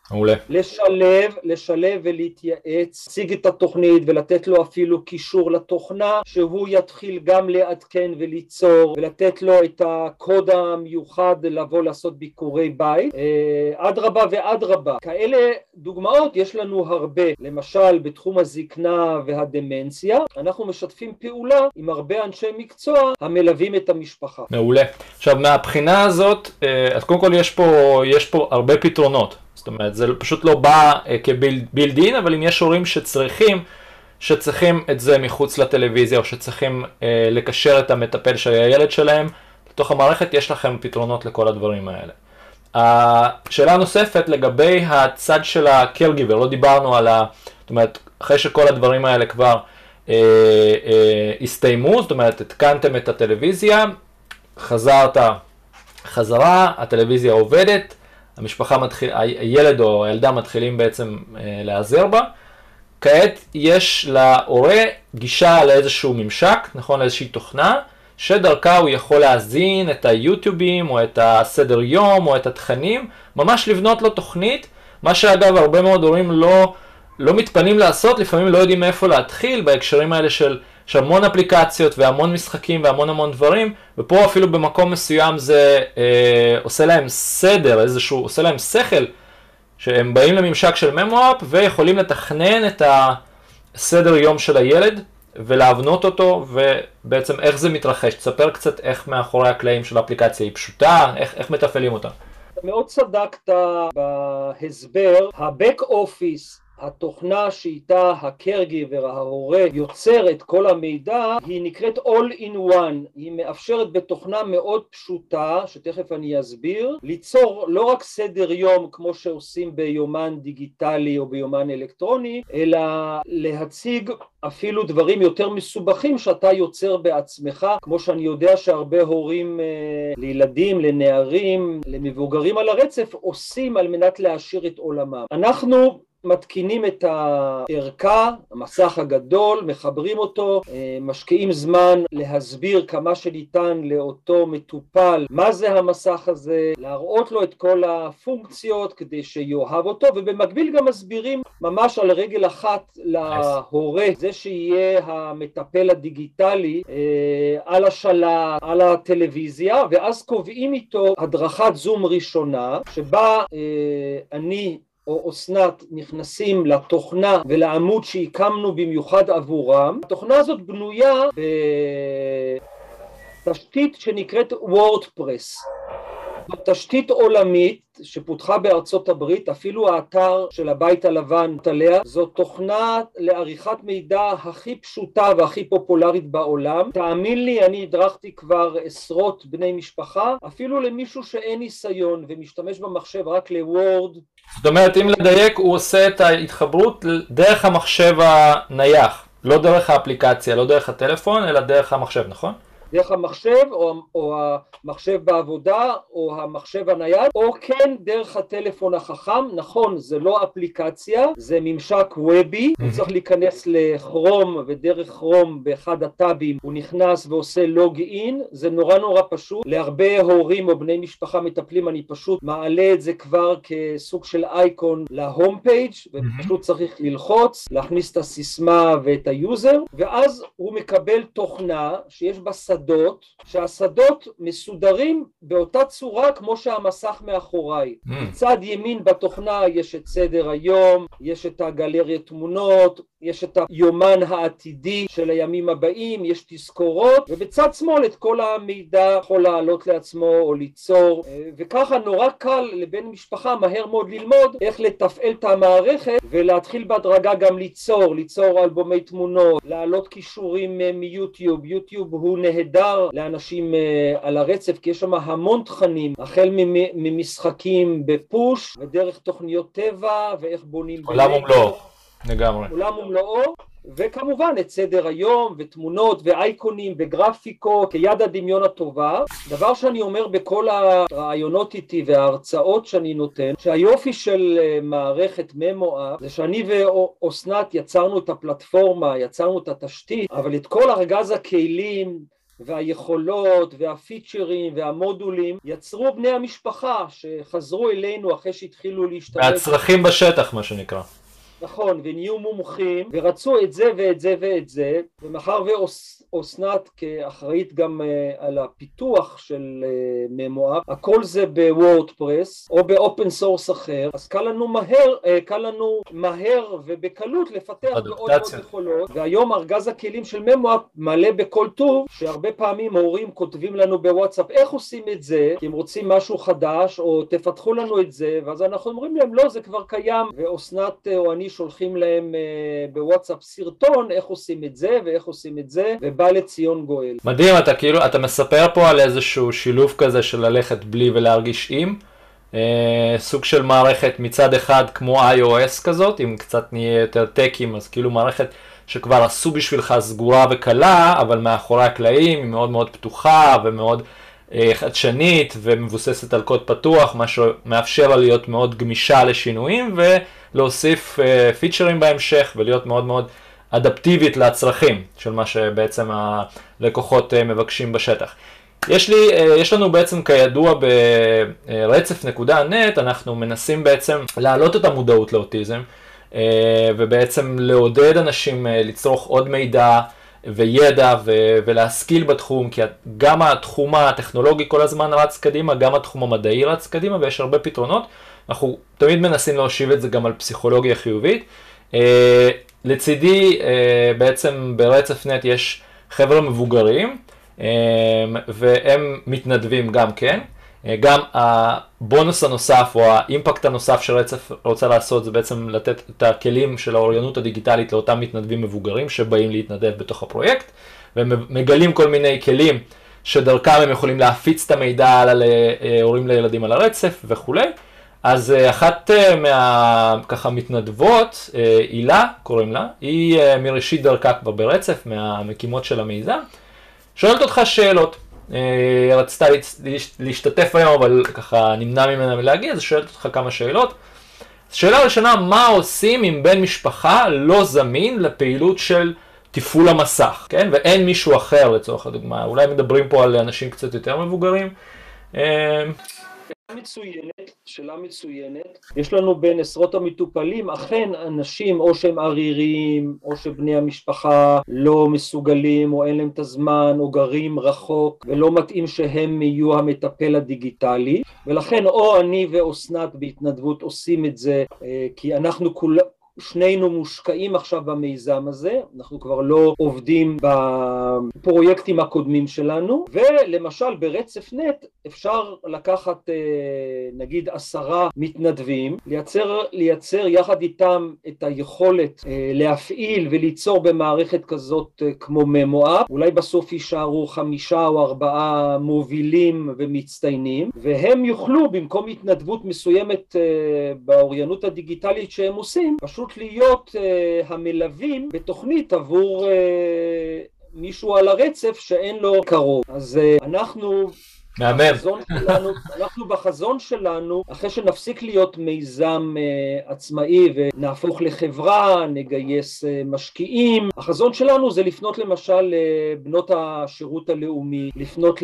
לשלב ולהתייעץ, להציג את התוכנית ולתת לו אפילו קישור לתוכנה, שהוא יתחיל גם לעדכן וליצור, ולתת לו את הקוד המיוחד לבוא לעשות ביקורי בית, אדרבה ואדרבה. כאלה דוגמאות יש לנו הרבה, למשל בתחום הזקנה והדמנציה, אנחנו משתפים פעולה עם הרבה אנשי מקצוע המלווים את המשפחה. מעולה. עכשיו מהבחינה הזאת, אז קודם כל יש פה הרבה פתרונות, זאת אומרת זה פשוט לא בא כבילד-אין, אבל אם יש הורים שצריכים את זה מחוץ לטלוויזיה, או שצריכים לקשר את המטפל של הילד שלהם, לתוך המערכת יש לכם פתרונות לכל הדברים האלה. השאלה נוספת לגבי הצד של ה-caregiver, לא דיברנו על זאת אומרת, אחרי שכל הדברים האלה כבר הסתיימו, זאת אומרת, התקנתם את הטלוויזיה, חזרת חזרה, הטלוויזיה עובדת, הילד או הילדה מתחילים בעצם להיעזר בה, כעת יש להורה גישה לאיזשהו ממשק, נכון, לאיזושהי תוכנה, שדרכה הוא יכול להזין את היוטיובים או את הסדר יום או את התכנים, ממש לבנות לו תוכנית, מה שאגב הרבה מאוד הורים לא מתפנים לעשות, לפעמים לא יודעים מאיפה להתחיל בהקשרים האלה של המון אפליקציות והמון משחקים והמון דברים, ופה אפילו במקום מסוים זה עושה להם סדר, עושה להם שכל, שהם באים לממשק של ממואפ ויכולים לתכנן את הסדר יום של הילד ולהבנות אותו, ובעצם איך זה מתרחש. תספר קצת איך מאחורי הקלעים של האפליקציה היא פשוטה, איך מתפעלים אותה. מאוד צדקת בהסבר. ה-Back Office, התוכנה שאיתה ה-Caregiver, ההורה, יוצר את כל המידע, היא נקראת All in One. היא מאפשרת בתוכנה מאוד פשוטה, שתכף אני אסביר, ליצור לא רק סדר יום כמו שעושים ביומן דיגיטלי או ביומן אלקטרוני, אלא להציג אפילו דברים יותר מסובכים שאתה יוצר בעצמך, כמו שאני יודע שהרבה הורים לילדים, לנערים, למבוגרים על הרצף, עושים על מנת להעשיר את עולמם. אנחנו מתקינים את הערכה, המסך הגדול, מחברים אותו, משקיעים זמן להסביר כמה שניתן לאותו מטופל מה זה המסך הזה, להראות לו את כל הפונקציות כדי שיאהב אותו, ובמקביל גם מסבירים ממש על רגל אחת להורה, זה שיהיה המטפל הדיגיטלי על השלט, על הטלוויזיה, ואז קובעים איתו הדרכת זום ראשונה, שבה אני או אסנת נכנסים לתוכנה ולעמוד שהקמנו במיוחד עבורם. התוכנה הזאת בנויה בתשתית שנקראת וורדפרס. זו תשתית עולמית שפותחה בארצות הברית, אפילו האתר של הבית הלבן עליה. זו תוכנה לעריכת מידע הכי פשוטה והכי פופולרית בעולם. תאמין לי, אני הדרכתי כבר עשרות בני משפחה, אפילו למישהו שאין ניסיון ומשתמש במחשב רק לוורד. זאת אומרת, אם לדייק, הוא עושה את ההתחברות דרך המחשב הנייח, לא דרך האפליקציה, לא דרך הטלפון, אלא דרך המחשב, נכון? דרך המחשב, או המחשב בעבודה, או המחשב הנייד, או כן דרך הטלפון החכם. נכון, זה לא אפליקציה, זה ממשק וובי, הוא צריך להיכנס לכרום, ודרך כרום באחד הטאבים הוא נכנס ועושה לוג אין. זה נורא פשוט. להרבה הורים או בני משפחה מטפלים, אני פשוט מעלה את זה כבר כסוג של אייקון להום פייג', ופשוט צריך ללחוץ, להכניס את הסיסמה ואת היוזר, ואז הוא מקבל תוכנה שיש בה שדות, שהשדות מסודרים באותה צורה כמו שהמסך מאחוריי. מצד ימין בתוכנה יש את סדר היום, יש את הגלריית תמונות, יש את היומן העתידי של הימים הבאים, יש תזכורות, ובצד שמאל את כל המידע יכול לעלות לעצמו או ליצור, וככה נורא קל לבן משפחה מהר מאוד ללמוד איך לתפעל את המערכת ולהתחיל בהדרגה גם ליצור אלבומי תמונות, להעלות קישורים מיוטיוב. יוטיוב הוא נהדר לאנשים על הרצף, כי יש שם המון תכנים, החל ממשחקים בפוש ודרך תוכניות טבע ואיך בונים עולם ומלואו. לגמרי. עולם ומלואו, וכמובן את סדר היום ותמונות ואייקונים וגרפיקות כיד הדמיון הטובה. דבר שאני אומר בכל הרעיונות איתי וההרצאות שאני נותן, שהיופי של מערכת ממואפ זה שאני ואסנת יצרנו את הפלטפורמה, יצרנו את התשתית, אבל את כל ארגז הכלים והיכולות והפיצ'רים והמודולים יצרו בני המשפחה שחזרו אלינו אחרי שהתחילו להשתמש. והצרכים בשטח, מה שנקרא. נכון, ונהיו מומחים, ורצו את זה ואת זה ואת זה, ומאחר ואסנת כאחראית גם על הפיתוח של ממואפ, הכל זה בוורדפרס או באופן סורס אחר, אז קל לנו מהר ובקלות לפתח מאוד יכולות, והיום ארגז הכלים של ממואפ מלא בכל טוב, שהרבה פעמים הורים כותבים לנו בוואטסאפ איך עושים את זה, כי הם רוצים משהו חדש, או תפתחו לנו את זה, ואז אנחנו אומרים להם לא, זה כבר קיים, ואסנת או אני שולחים להם בוואטסאפ סרטון איך עושים את זה ואיך עושים את זה, ובא לציון גואל. מדהים, אתה מספר פה על איזשהו שילוב כזה של ללכת בלי ולהרגיש עם, סוג של מערכת מצד אחד כמו iOS כזאת, אם קצת נהיה יותר טקים, אז כאילו מערכת שכבר עשו בשבילך סגורה וקלה, אבל מאחורי הקלעים היא מאוד מאוד פתוחה ומאוד חדשנית ומבוססת על קוד פתוח, מה שמאפשר לה להיות מאוד גמישה לשינויים ולהוסיף פיצ'רים בהמשך ולהיות מאוד מאוד אדפטיבית לצרכים של מה שבעצם הלקוחות מבקשים בשטח. יש לנו בעצם כידוע ברצף.נט, אנחנו מנסים בעצם להעלות את המודעות לאוטיזם, ובעצם לעודד אנשים לצרוך עוד מידע וידע ולהשכיל בתחום, כי גם התחום הטכנולוגי כל הזמן רץ קדימה, גם התחום המדעי רץ קדימה, ויש הרבה פתרונות. אנחנו תמיד מנסים להושיב את זה גם על פסיכולוגיה חיובית. לצידי בעצם ברצף.נט יש חבר'ה מבוגרים, והם מתנדבים גם כן. גם הבונוס הנוסף או האימפקט הנוסף שרצף רוצה לעשות זה בעצם לתת את הכלים של האוריינות הדיגיטלית לאותם מתנדבים מבוגרים שבאים להתנדב בתוך הפרויקט, והם מגלים כל מיני כלים שדרכם הם יכולים להפיץ את המידע על הורים לילדים על הרצף וכו'. אז אחת ככה מתנדבות, הילה קוראים לה, היא מראשית דרכה כבר ברצף, מהמקימות של המיזם, שואלת אותך שאלות. רצתה להשתתף היום, אבל ככה נמנע ממנה מלהגיע, אז שואלת אותך כמה שאלות. שאלה ראשונה, מה עושים אם בן משפחה לא זמין לפעילות של תפעול המסך, כן? ואין מישהו אחר לצורך הדוגמה, אולי מדברים פה על אנשים קצת יותר מבוגרים. שאלה מצוינת. יש לנו בין עשרות המטופלים, אכן אנשים או שהם עריריים, או שבני המשפחה לא מסוגלים, או אין להם את הזמן, או גרים רחוק, ולא מתאים שהם יהיו המטפל הדיגיטלי, ולכן או אני ואוסנת בהתנדבות עושים את זה, כי אנחנו שנינו מושקעים עכשיו במיזם הזה, אנחנו כבר לא עובדים בפרויקטים הקודמים שלנו, ולמשל ברצף.נט אפשר לקחת נגיד 10 מתנדבים, לייצר יחד איתם את היכולת להפעיל וליצור במערכת כזאת כמו ממואפ, אולי בסוף יישארו 5 או 4 מובילים ומצטיינים, והם יוכלו במקום התנדבות מסוימת באוריינות הדיגיטלית שהם עושים, פשוט להיות המלווים בתוכנית עבור מישהו על הרצף שאין לו קרוב. אז אנחנו בחזון שלנו, אחרי שנפסיק להיות מיזם עצמאי ונהפוך לחברה, נגייס משקיעים, החזון שלנו זה לפנות למשל לבנות השירות הלאומי, לפנות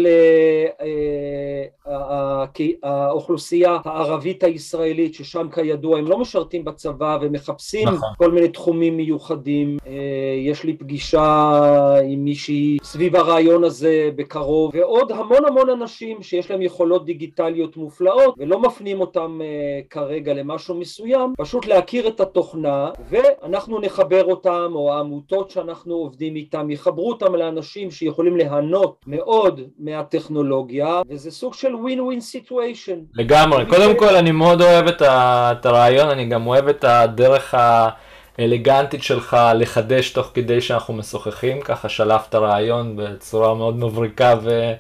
האוכלוסייה הערבית הישראלית, ששם כידוע הם לא משרתים בצבא ומחפשים כל מיני תחומים מיוחדים. יש לי פגישה עם מישהי סביב הרעיון הזה בקרוב, ועוד המון אנשים שיש להם יכולות דיגיטליות מופלאות ולא מפנים אותם כרגע למשהו מסוים, פשוט להכיר את התוכנה, ואנחנו נחבר אותם, או העמותות שאנחנו עובדים איתם יחברו אותם לאנשים שיכולים ליהנות מאוד מהטכנולוגיה, וזה סוג של win-win situation. לגמרי. קודם כל אני מאוד אוהב את הרעיון, אני גם אוהב את הדרך האלגנטית שלך לחדש תוך כדי שאנחנו משוחחים, ככה שלפת הרעיון בצורה מאוד מבריקה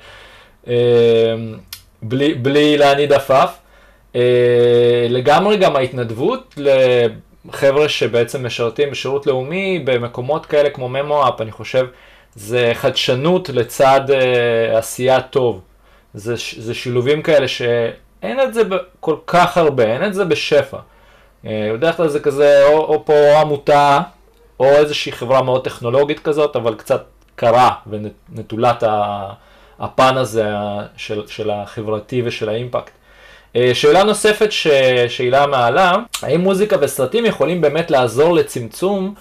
בלי להניד עפעף. לגמרי גם ההתנדבות לחבר'ה שבעצם משרתים בשירות לאומי במקומות כאלה כמו ממואפ, אני חושב זה חדשנות לצד עשייה טוב. זה שילובים כאלה שאין את זה כל כך הרבה, אין את זה בשפע. בדרך כלל זה כזה או פה או עמותה או איזושהי חברה מאוד טכנולוגית כזאת, אבל קצת קרה ונטולת הפן הזה של החברתי ושל האימפקט. שאלה נוספת שהילה מעלה, האם מוזיקה וסרטים יכולים באמת לעזור לצמצום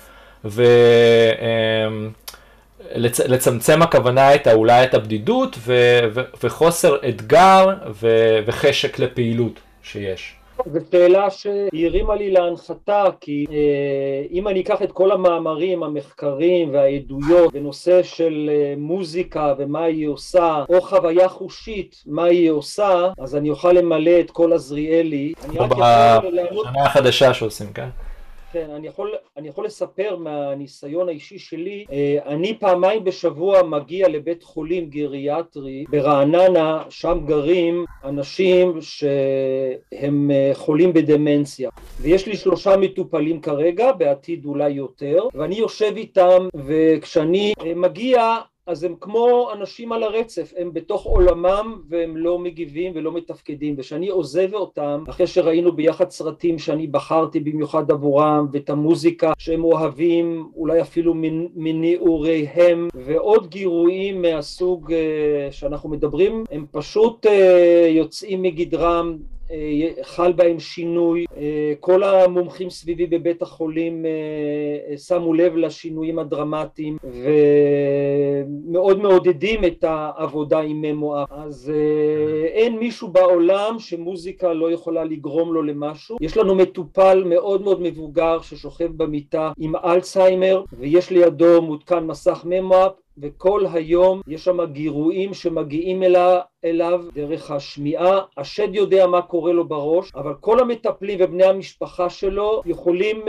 ולצמצם הכוונה אולי את הבדידות וחוסר אתגר וחשק לפעילות שיש? זו שאלה שהרימה לי להנחתה, כי אם אני אקח את כל המאמרים, המחקרים והעדויות בנושא של מוזיקה ומה היא עושה, או חוויה חושית, מה היא עושה, אז אני אוכל למלא את כל עזריאלי. בשנה החדשה שעושים, כן? כן, אני יכול לספר מהניסיון האישי שלי. אני פעמיים בשבוע מגיע לבית חולים גריאטרי ברעננה, שם גרים אנשים שהם חולים בדמנציה, ויש לי 3 מטופלים כרגע, בעתיד אולי יותר, ואני יושב איתם, וכשאני מגיע אז הם כמו אנשים על הרצף, הם בתוך עולמם והם לא מגיבים ולא מתפקדים, ושאני עוזב אותם, אחרי שראינו ביחד סרטים שאני בחרתי במיוחד עבורם, ואת המוזיקה שהם אוהבים, אולי אפילו מנעוריהם, ועוד גירויים מהסוג שאנחנו מדברים, הם פשוט יוצאים מגדרם, חל בהם שינוי, כל המומחים סביבי בבית החולים שמו לב לשינויים הדרמטיים ומאוד מעודדים את העבודה עם ממואפ. אז אין מישהו בעולם שמוזיקה לא יכולה לגרום לו למשהו. יש לנו מטופל מאוד מאוד מבוגר ששוכב במיטה עם אלצהיימר ויש לידו מותקן מסך ממואפ, וכל היום יש שם גירויים שמגיעים אליו דרך השמיעה. השד יודע מה קורה לו בראש, אבל כל המטפלים ובני המשפחה שלו יכולים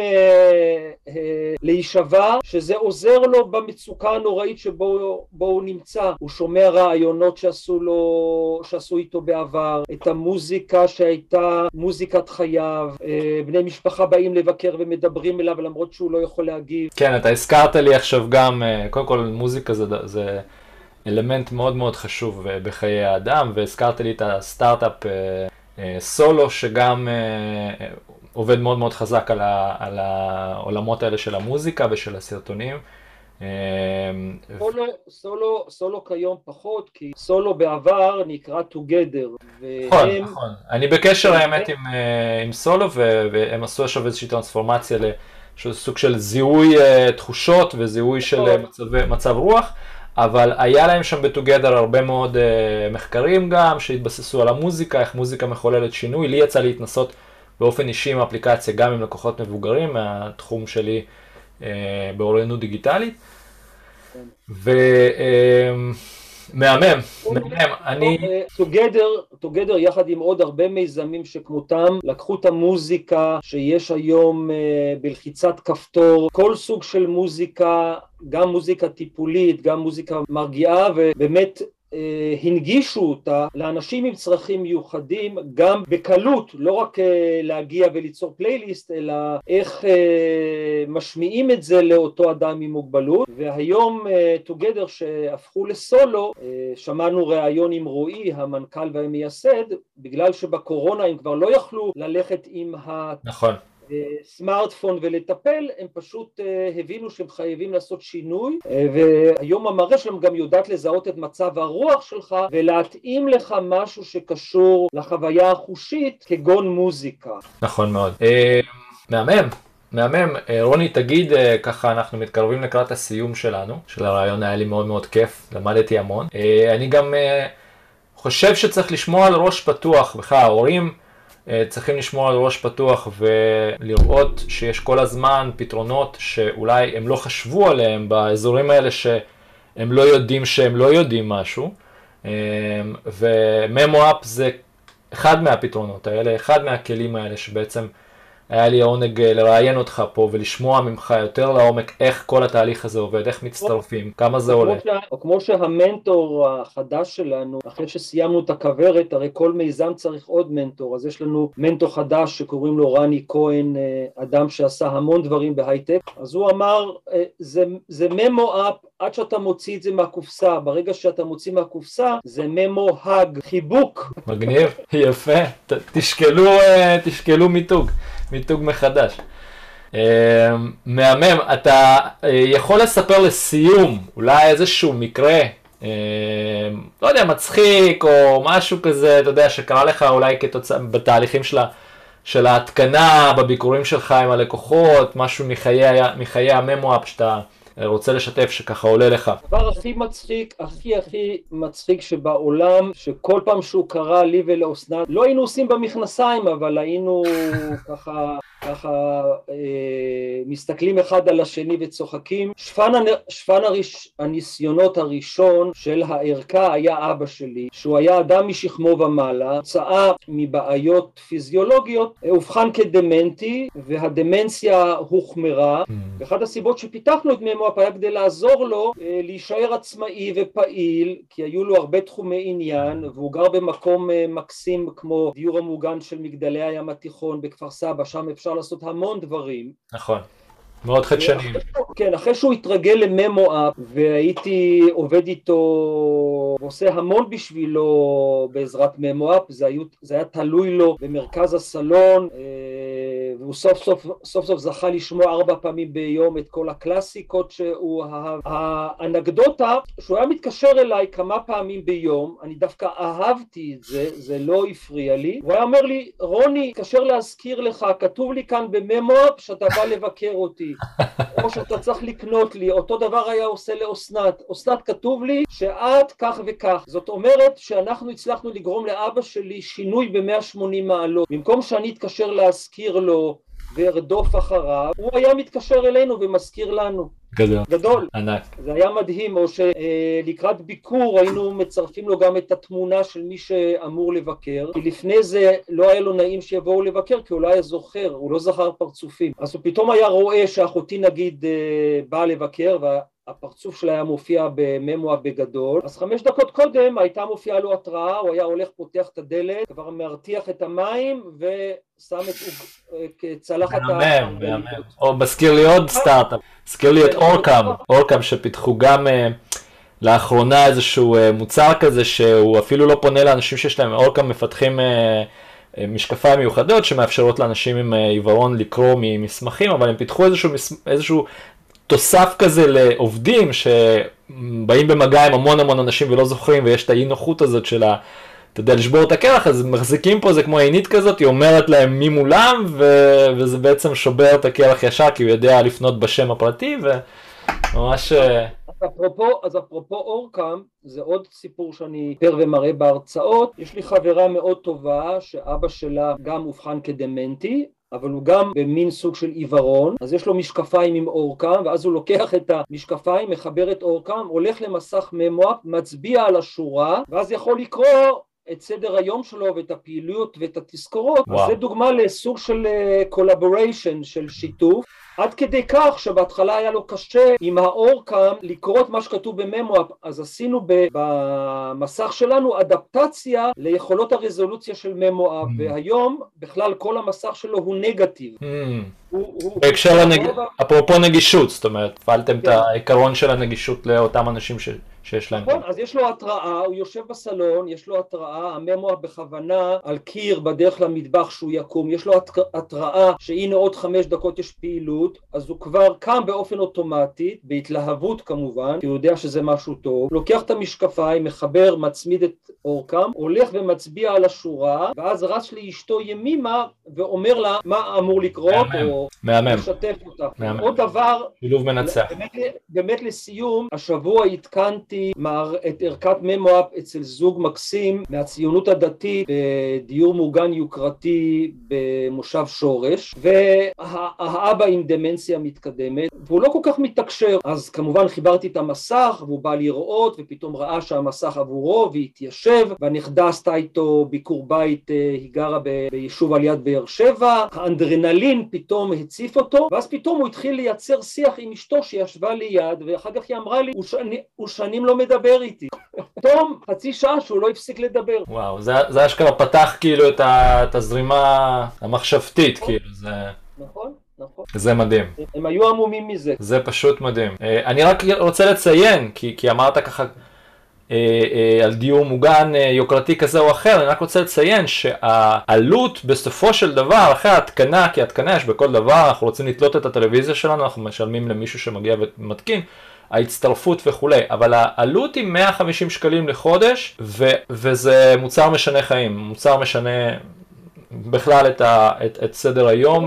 להישבע שזה עוזר לו במצוקה הנוראית שבו הוא נמצא. הוא שומע רעיונות שעשו איתו בעבר, את המוזיקה שהייתה מוזיקת חייו, בני משפחה באים לבקר ומדברים אליו למרות שהוא לא יכול להגיב. כן, אתה הזכרת לי עכשיו גם, קודם כל מוזיקה זה אלמנט מאוד מאוד חשוב בחיי האדם, והזכרת לי את הסטארט-אפ סולו, שגם עובד מאוד מאוד חזק על העולמות האלה של המוזיקה ושל הסרטונים. סולו כיום פחות, כי סולו בעבר נקרא Together. נכון. אני בקשר האמת עם סולו, והם עשו עכשיו איזושהי טרנספורמציה סוג של זיהוי תחושות וזיהוי של מצב רוח, אבל היה להם שם ב-Together הרבה מאוד מחקרים גם שהתבססו על המוזיקה, איך מוזיקה מחוללת שינוי. לי יצא להתנסות באופן אישי עם אפליקציה גם עם לקוחות מבוגרים מהתחום שלי באוריינות דיגיטלית, מהמם. Together יחד עם עוד הרבה מיזמים שכמותם, לקחו את המוזיקה שיש היום בלחיצת כפתור, כל סוג של מוזיקה, גם מוזיקה טיפולית, גם מוזיקה מרגיעה, ובאמת הנגישו אותה לאנשים עם צרכים מיוחדים, גם בקלות, לא רק להגיע וליצור פלייליסט, אלא איך משמיעים את זה לאותו אדם עם מוגבלות. והיום Together שהפכו לסולו, שמענו ראיון עם רועי, המנכ"ל והמייסד, בגלל שבקורונה הם כבר לא יכלו ללכת עם נכון. סמארטפון ולטפל, הם פשוט הבינו שהם חייבים לעשות שינוי, והיום המראה שלהם גם יודעת לזהות את מצב הרוח שלך ולהתאים לך משהו שקשור לחוויה החושית כגון מוזיקה. נכון מאוד. מהמם. רוני, תגיד, ככה אנחנו מתקרבים לקראת הסיום שלנו, של הרעיון. היה לי מאוד מאוד כיף, למדתי המון. אני גם חושב שצריך לשמוע על ראש פתוח, בכלל ההורים צריכים לשמור על ראש פתוח ולראות שיש כל הזמן פתרונות שאולי הם לא חשבו עליהם באזורים האלה שהם לא יודעים שהם לא יודעים משהו, וממואפ זה אחד מהפתרונות האלה, אחד מהכלים האלה שבעצם היה לי העונג לראיין אותך פה ולשמוע ממך יותר לעומק איך כל התהליך הזה עובד, איך מצטרפים, כמה זה עולה. או כמו שהמנטור החדש שלנו, אחרי שסיימנו את הכוורת, הרי כל מיזם צריך עוד מנטור, אז יש לנו מנטור חדש שקוראים לו רני כהן, אדם שעשה המון דברים בהייטק, אז הוא אמר, זה ממואפ עד שאתה מוציא את זה מהקופסה, ברגע שאתה מוציא מהקופסה, זה ממו-האג, חיבוק. מגניב, יפה, תשקלו מיתוג מחדש. מהמם, אתה יכול לספר לסיום, אולי איזשהו מקרה, לא יודע, מצחיק או משהו כזה, אתה יודע, שקרה לך אולי בתהליכים של ההתקנה, בביקורים שלך עם הלקוחות, משהו מחיי הממואפ שאתה רוצה לשתף שככה עולה לך. הדבר הכי מצחיק שבעולם, שכל פעם שהוא קרה לי ולאוסנת, לא היינו עושים במכנסיים, אבל היינו ככה מסתכלים אחד על השני וצוחקים. שפן הניסיונות הראשון של הערכה היה אבא שלי, שהוא היה אדם משכמו ומעלה, צאה מבעיות פיזיולוגיות, הובחן כדמנטי, והדמנציה הוחמרה, ואחת הסיבות שפיתחנו את ממואפ היה כדי לעזור לו להישאר עצמאי ופעיל, כי היו לו הרבה תחומי עניין, והוא גר במקום מקסים כמו דיור המוגן של מגדלי הים התיכון בכפר סבא, שם אפשר לעשות המון דברים. נכון, מאוד חדשניים. כן, אחרי שהוא התרגל לממו-אפ, והייתי עובד איתו, ועושה המון בשבילו בעזרת ממו-אפ, זה היה תלוי לו במרכז הסלון, והוא סוף סוף זכה לשמוע 4 פעמים ביום את כל הקלאסיקות שהוא אהב. האנקדוטה, שהוא היה מתקשר אליי כמה פעמים ביום, אני דווקא אהבתי את זה, זה לא הפריע לי, הוא היה אומר לי, רוני, קשר להזכיר לך, כתוב לי כאן בממו-אפ שאתה בא לבקר אותי, או שאתה צריך לקנות לי, אותו דבר היה עושה לאסנת, אסנת כתוב לי שאת כך וכך, זאת אומרת שאנחנו הצלחנו לגרום לאבא שלי שינוי ב-180 מעלות, במקום שאני אתקשר להזכיר לו וארדוף אחריו, הוא היה מתקשר אלינו ומזכיר לנו. גדול. ענק. זה היה מדהים, או שלקראת ביקור היינו מצרפים לו גם את התמונה של מי שאמור לבקר, כי לפני זה לא היה לו נעים שיבואו לבקר, כי הוא לא היה זוכר, הוא לא זכר פרצופים. אז הוא פתאום היה רואה שאחותי נגיד באה לבקר, הפרצוף שלה היה מופיע בממו-אפ בגדול, אז 5 דקות קודם הייתה מופיעה לו התראה, הוא היה הולך פותח את הדלת, כבר מרתיח את המים ושם את צלחת או מזכיר לי עוד סטארט-אפ, מזכיר לי את אורקאם שפיתחו גם לאחרונה איזשהו מוצר כזה שהוא אפילו לא פונה לאנשים שיש להם, אורקאם מפתחים משקפיים מיוחדות שמאפשרות לאנשים עם עיוורון לקרוא ממסמכים, אבל הם פיתחו איזשהו תוסף כזה לעובדים שבאים במגע עם המון אנשים ולא זוכרים, ויש את האי נוחות הזאת של אתה יודע, לשבור את הקרח, אז מחזיקים פה, זה כמו עינית כזאת, היא אומרת להם מי מולם, וזה בעצם שובר את הקרח ישר, כי הוא יודע לפנות בשם הפרטי, וממש... אז אפרופו אורקאם, זה עוד סיפור שאני אספר ומראה בהרצאות, יש לי חברה מאוד טובה, שאבא שלה גם אובחן כדמנטי, אבל הוא גם במין סוג של עיוורון, אז יש לו משקפיים עם אורקאם, ואז הוא לוקח את המשקפיים, מחבר את אורקאם, הולך למסך ממו-אפ, מצביע על השורה, ואז יכול לקרוא את סדר היום שלו ואת הפעילויות ואת התזכורות. אז זה דוגמה לסוג של collaboration, של שיתוף, עד כדי כך שבהתחלה היה לו קשה עם האורקאם לקרוא את מה שכתוב בממו-אפ, אז עשינו במסך שלנו אדפטציה ליכולות הרזולוציה של ממו-אפ, והיום בכלל כל המסך שלו הוא נגטיב. בהקשר אפרופו נגישות, זאת אומרת, הפעלתם את העיקרון של הנגישות לאותם אנשים שיש להם. נכון, אז יש לו התראה, הוא יושב בסלון, יש לו התראה, הממו-אפ בכוונה על קיר בדרך למטבח שהוא יקום, יש לו התראה שהנה עוד 5 דקות יש פעילות, אז הוא כבר קם באופן אוטומטי, בהתלהבות כמובן, כי הוא יודע שזה משהו טוב, לוקח את המשקפיים, מחבר, מצמיד את אורקאם, הולך ומצביע על השורה, ואז רץ לאשתו ימימה ואומר לה מה אמור לקרות, או לשתף אותה. עוד דבר, שילוב מנצח. באמת לסיום, השבוע התקנתי את ערכת ממו-אפ אצל זוג מקסים מהציונות הדתית בדיור מוגן יוקרתי במושב שורש, והאבא עם דמנציה מתקדמת, והוא לא כל כך מתקשר, אז כמובן חיברתי את המסך, והוא בא לראות, ופתאום ראה שהמסך עבורו, והתיישב, והנכדה עשתה איתו ביקור בית, היא גרה ביישוב על יד באר שבע, האנדרנלין פתאום הציף אותו, ואז פתאום הוא התחיל לייצר שיח עם אשתו שישבה ליד, ואחר כך היא אמרה לי, הוא שנים לא מדבר איתי. פתאום חצי שעה שהוא לא הפסיק לדבר. וואו, זה אשכרה פתח כאילו את הזרימה המחשבתית, כאילו זה... נכון. זה מדהים. הם היו עמומים מזה. זה פשוט מדהים. אני רק רוצה לציין, כי אמרת ככה על דיור מוגן יוקרתי כזה או אחר, אני רק רוצה לציין שהעלות בסופו של דבר, אחרי ההתקנה, כי ההתקנה יש בכל דבר, אנחנו רוצים לתלות את הטלוויזיה שלנו, אנחנו משלמים למישהו שמגיע ומתקין, ההצטרפות וכו', אבל העלות היא 150 שקלים לחודש, וזה מוצר משנה חיים, מוצר משנה בכלל את סדר היום.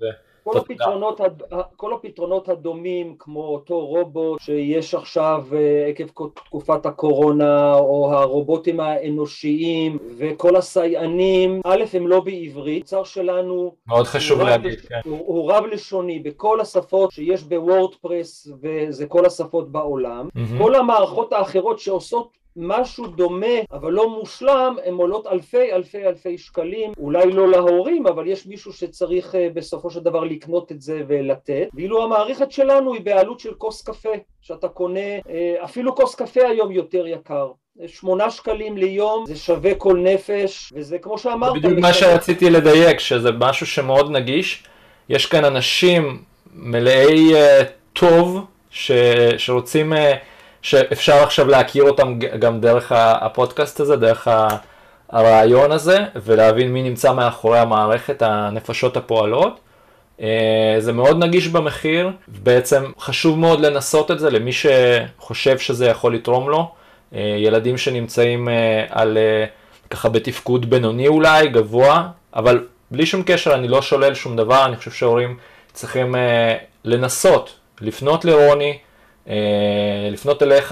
כל הפתרונות הדומים, כמו אותו רובוט שיש עכשיו עקב תקופת הקורונה, או הרובוטים האנושיים, וכל הסייענים, א' הם לא בעברית, מוצר שלנו מאוד חשוב להגיד, הוא רב לשוני בכל השפות שיש בוורדפרס, וזה כל השפות בעולם. כל המערכות האחרות שעושות משהו דומה אבל לא מושלם, הן עולות אלפי שקלים, אולי לא להורים, אבל יש מישהו שצריך בסופו של דבר לקנות את זה ולתת, ואילו המערכת שלנו היא בעלות של כוס קפה, שאתה קונה, אפילו כוס קפה היום יותר יקר, 8 שקלים ליום, זה שווה כל נפש, וזה כמו שאמרת. בדיוק מה שרציתי לדייק, שזה משהו שמאוד נגיש, יש כאן אנשים מלאי טוב שרוצים, שאפשר עכשיו להכיר אותם גם דרך הפודקאסט הזה, דרך הרעיון הזה, ולהבין מי נמצא מאחורי המערכת, הנפשות הפועלות. זה מאוד נגיש במחיר, בעצם חשוב מאוד לנסות את זה למי שחושב שזה יכול לתרום לו. ילדים שנמצאים על ככה בתפקוד בינוני אולי, גבוה, אבל בלי שום קשר, אני לא שולל שום דבר, אני חושב שההורים צריכים לנסות, לפנות לרוני, לפנות אליך,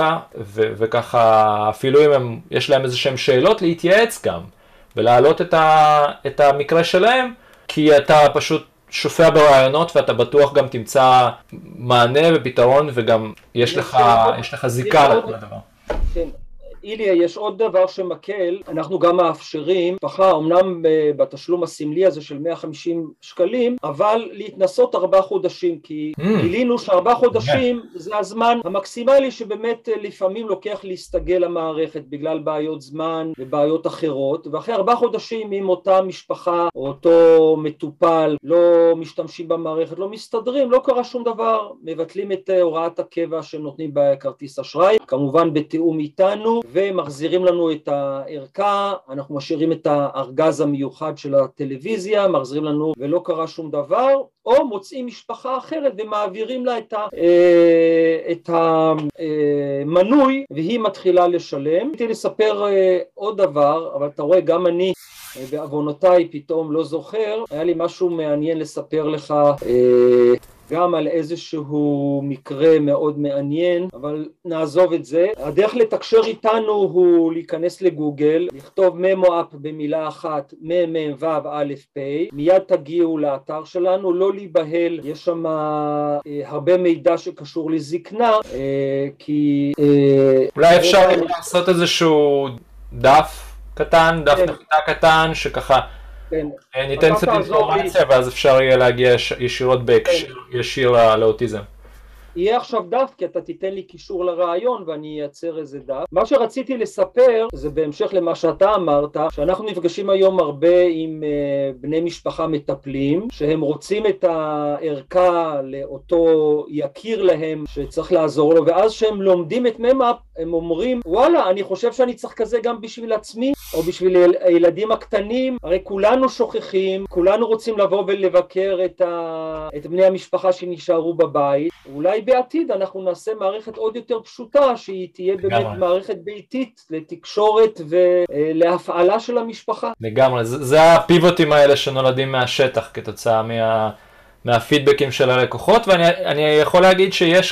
וככה אפילו אם יש להם איזה שהם שאלות, להתייעץ גם, ולהעלות את המקרה שלהם, כי אתה פשוט שופע ברעיונות, ואתה בטוח גם תמצא מענה ופתרון, וגם יש לך זיקה לדבר. כן. איליה, יש עוד דבר שמקל, אנחנו גם מאפשרים, משפחה, אמנם בתשלום הסמלי הזה של 150 שקלים, אבל להתנסות 4 חודשים, כי גילינו ש4 חודשים זה הזמן המקסימלי שבאמת לפעמים לוקח להסתגל למערכת בגלל בעיות זמן ובעיות אחרות, ואחרי 4 חודשים אם אותה משפחה או אותו מטופל לא משתמשים במערכת, לא מסתדרים, לא קרה שום דבר, מבטלים את הוראת הקבע שנותנים בכרטיס אשראי, כמובן בתיאום איתנו, ומחזירים לנו את הערכה, אנחנו משאירים את הארגז המיוחד של הטלוויזיה, מחזירים לנו ולא קרה שום דבר, או מוצאים משפחה אחרת ומעבירים לה את המנוי והיא מתחילה לשלם. רציתי לספר עוד דבר, אבל אתה רואה גם אני בעוונותיי פתאום לא זוכר, היה לי משהו מעניין לספר לך גם על איזשהו מקרה מאוד מעניין, אבל נעזוב את זה. הדרך לתקשר איתנו הוא להיכנס לגוגל, לכתוב ממואפ במילה אחת, מ-מ-ו-א-פ, מיד תגיעו לאתר שלנו, לא להיבהל, יש שם הרבה מידע שקשור לזקנה, כי... אולי אפשר לעשות איזשהו דף קטן, דף נחיתה קטן, שככה ניתן קצת אינפורמציה, ואז אפשר יהיה להגיע ישירות בהקשר ישיר לאוטיזם. יהיה עכשיו דף, כי אתה תיתן לי קישור לרעיון ואני אייצר איזה דף. מה שרציתי לספר, זה בהמשך למה שאתה אמרת, שאנחנו נפגשים היום הרבה עם בני משפחה מטפלים, שהם רוצים את הערכה לאותו יכיר להם שצריך לעזור לו, ואז שהם לומדים את ממאפ, הם אומרים, וואלה, אני חושב שאני צריך כזה גם בשביל עצמי, או בשביל הילדים הקטנים, הרי כולנו שוכחים, כולנו רוצים לבוא ולבקר את בני המשפחה שנשארו בבית, אולי בעתיד אנחנו נעשה מערכת עוד יותר פשוטה, שהיא תהיה באמת מערכת ביתית לתקשורת ולהפעלה של המשפחה. לגמרי, זה הפיבוטים האלה שנולדים מהשטח כתוצאה מהפידבקים של הלקוחות, ואני יכול להגיד שיש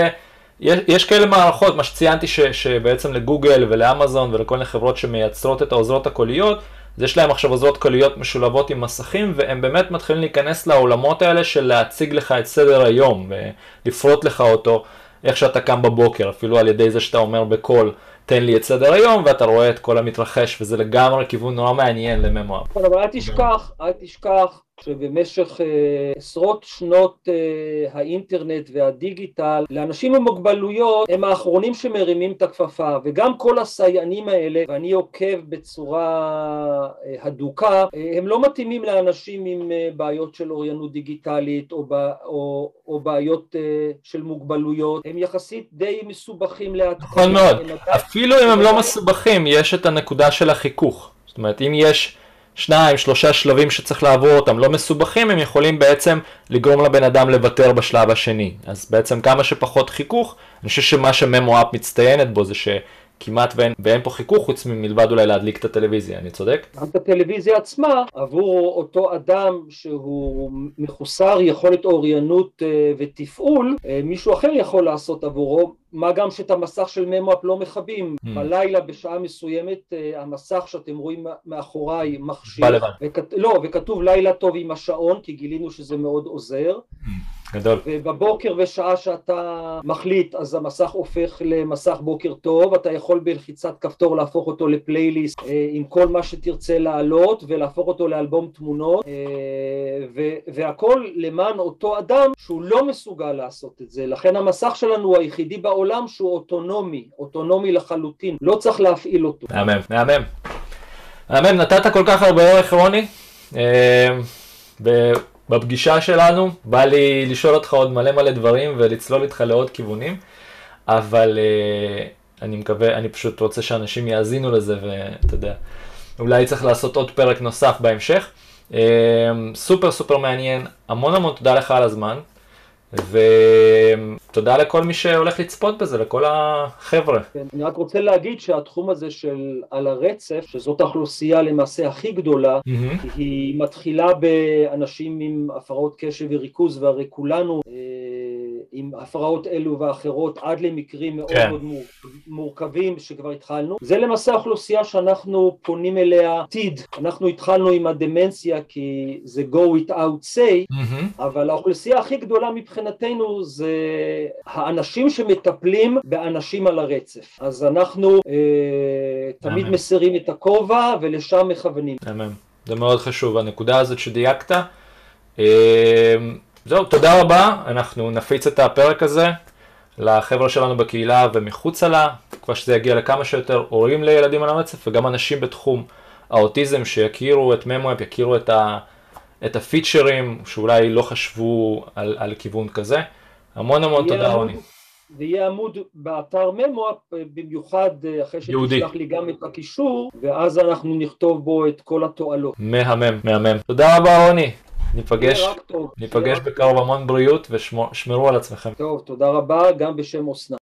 כאלה מערכות, מה שציינתי שבעצם לגוגל ולאמזון ולכל מיני חברות שמייצרות את העוזרות הקוליות, אז יש להם עכשיו עוזרות קוליות משולבות עם מסכים, והם באמת מתחילים להיכנס לעולמות האלה של להציג לך את סדר היום, ולפרוט לך אותו, איך שאתה קם בבוקר, אפילו על ידי זה שאתה אומר בקול, תן לי את סדר היום, ואתה רואה את כל המתרחש, וזה לגמרי כיוון נורא מעניין לממואפ. אבל אל תשכח שבמשך עשרות שנות האינטרנט והדיגיטל, לאנשים עם מוגבלויות הם האחרונים שמרימים את הכפפה, וגם כל הסייענים האלה, ואני עוקב בצורה הדוקה, הם לא מתאימים לאנשים עם בעיות של אוריינות דיגיטלית או בעיות של מוגבלויות, הם יחסית די מסובכים להתקדם. נכון מאוד, אפילו אם הם לא מסובכים, יש את הנקודה של החיכוך, זאת אומרת אם יש 2-3 שלבים שצריך לעבור אותם לא מסובכים, הם יכולים בעצם לגרום לבן אדם לוותר בשלב השני. אז בעצם כמה שפחות חיכוך, אני חושב שמה שממואפ מצטיינת בו זה שכמעט ואין פה חיכוך, חוץ מלבד אולי להדליק את הטלוויזיה, אני צודק? גם את הטלוויזיה עצמה, עבור אותו אדם שהוא מחוסר יכולת אוריינות ותפעול, מישהו אחר יכול לעשות עבורו, מה גם שאת המסך של ממואפ לא מכבים. בלילה בשעה מסוימת המסך שאתם רואים מאחוריי מכשיר, וכתוב לילה טוב עם השעון, כי גילינו שזה מאוד עוזר. גדול. ובבוקר בשעה שאתה מחליט, אז המסך הופך למסך בוקר טוב, אתה יכול בלחיצת כפתור להפוך אותו לפלייליסט עם כל מה שתרצה לעלות, ולהפוך אותו לאלבום תמונות, והכל למען אותו אדם שהוא לא מסוגל לעשות את זה. לכן המסך שלנו הוא היחידי בעולם שהוא אוטונומי לחלוטין, לא צריך להפעיל אותו. מהמם, נתת כל כך הרבה ערך רוני, בפגישה שלנו בא לי לשאול אותך עוד מלא דברים ולצלול איתך לעוד כיוונים, אבל אני מקווה, אני פשוט רוצה שאנשים יאזינו לזה, ואתה יודע, אולי צריך לעשות עוד פרק נוסף בהמשך. סופר מעניין, המון תודה לך על הזמן, ותודה לכל מי שהולך לצפות בזה, לכל החבר'ה. כן, אני רק רוצה להגיד שהתחום הזה של על הרצף, שזאת האוכלוסייה למעשה הכי גדולה, היא מתחילה באנשים עם הפרעות קשב וריכוז, והרי כולנו עם הפרעות אלו ואחרות, עד למקרים מאוד מאוד מורכבים שכבר התחלנו. זה למעשה האוכלוסייה שאנחנו פונים אליה עתיד. אנחנו התחלנו עם הדמנציה כי זה go without say, אבל האוכלוסייה הכי גדולה מבחינתנו זה האנשים שמטפלים באנשים על הרצף. אז אנחנו תמיד מסירים את הכובע ולשם מכוונים. זה מאוד חשוב, הנקודה הזאת שדייקת. זהו, תודה רבה, אנחנו נפיץ את הפרק הזה לחבר'ה שלנו בקהילה ומחוצה לה, כבר שזה יגיע לכמה שיותר הורים לילדים על הרצף, וגם אנשים בתחום האוטיזם שיכירו את ממואפ, יכירו את הפיצ'רים שאולי לא חשבו על כיוון כזה. המון תודה רוני. זה יהיה עמוד באתר ממואפ, במיוחד אחרי שתשלח לי גם את הקישור, ואז אנחנו נכתוב בו את כל התועלות. מהמם. תודה רבה רוני. ניפגש בקרוב, המון בריאות ושמרו על עצמכם. טוב, תודה רבה, גם בשם אסנת.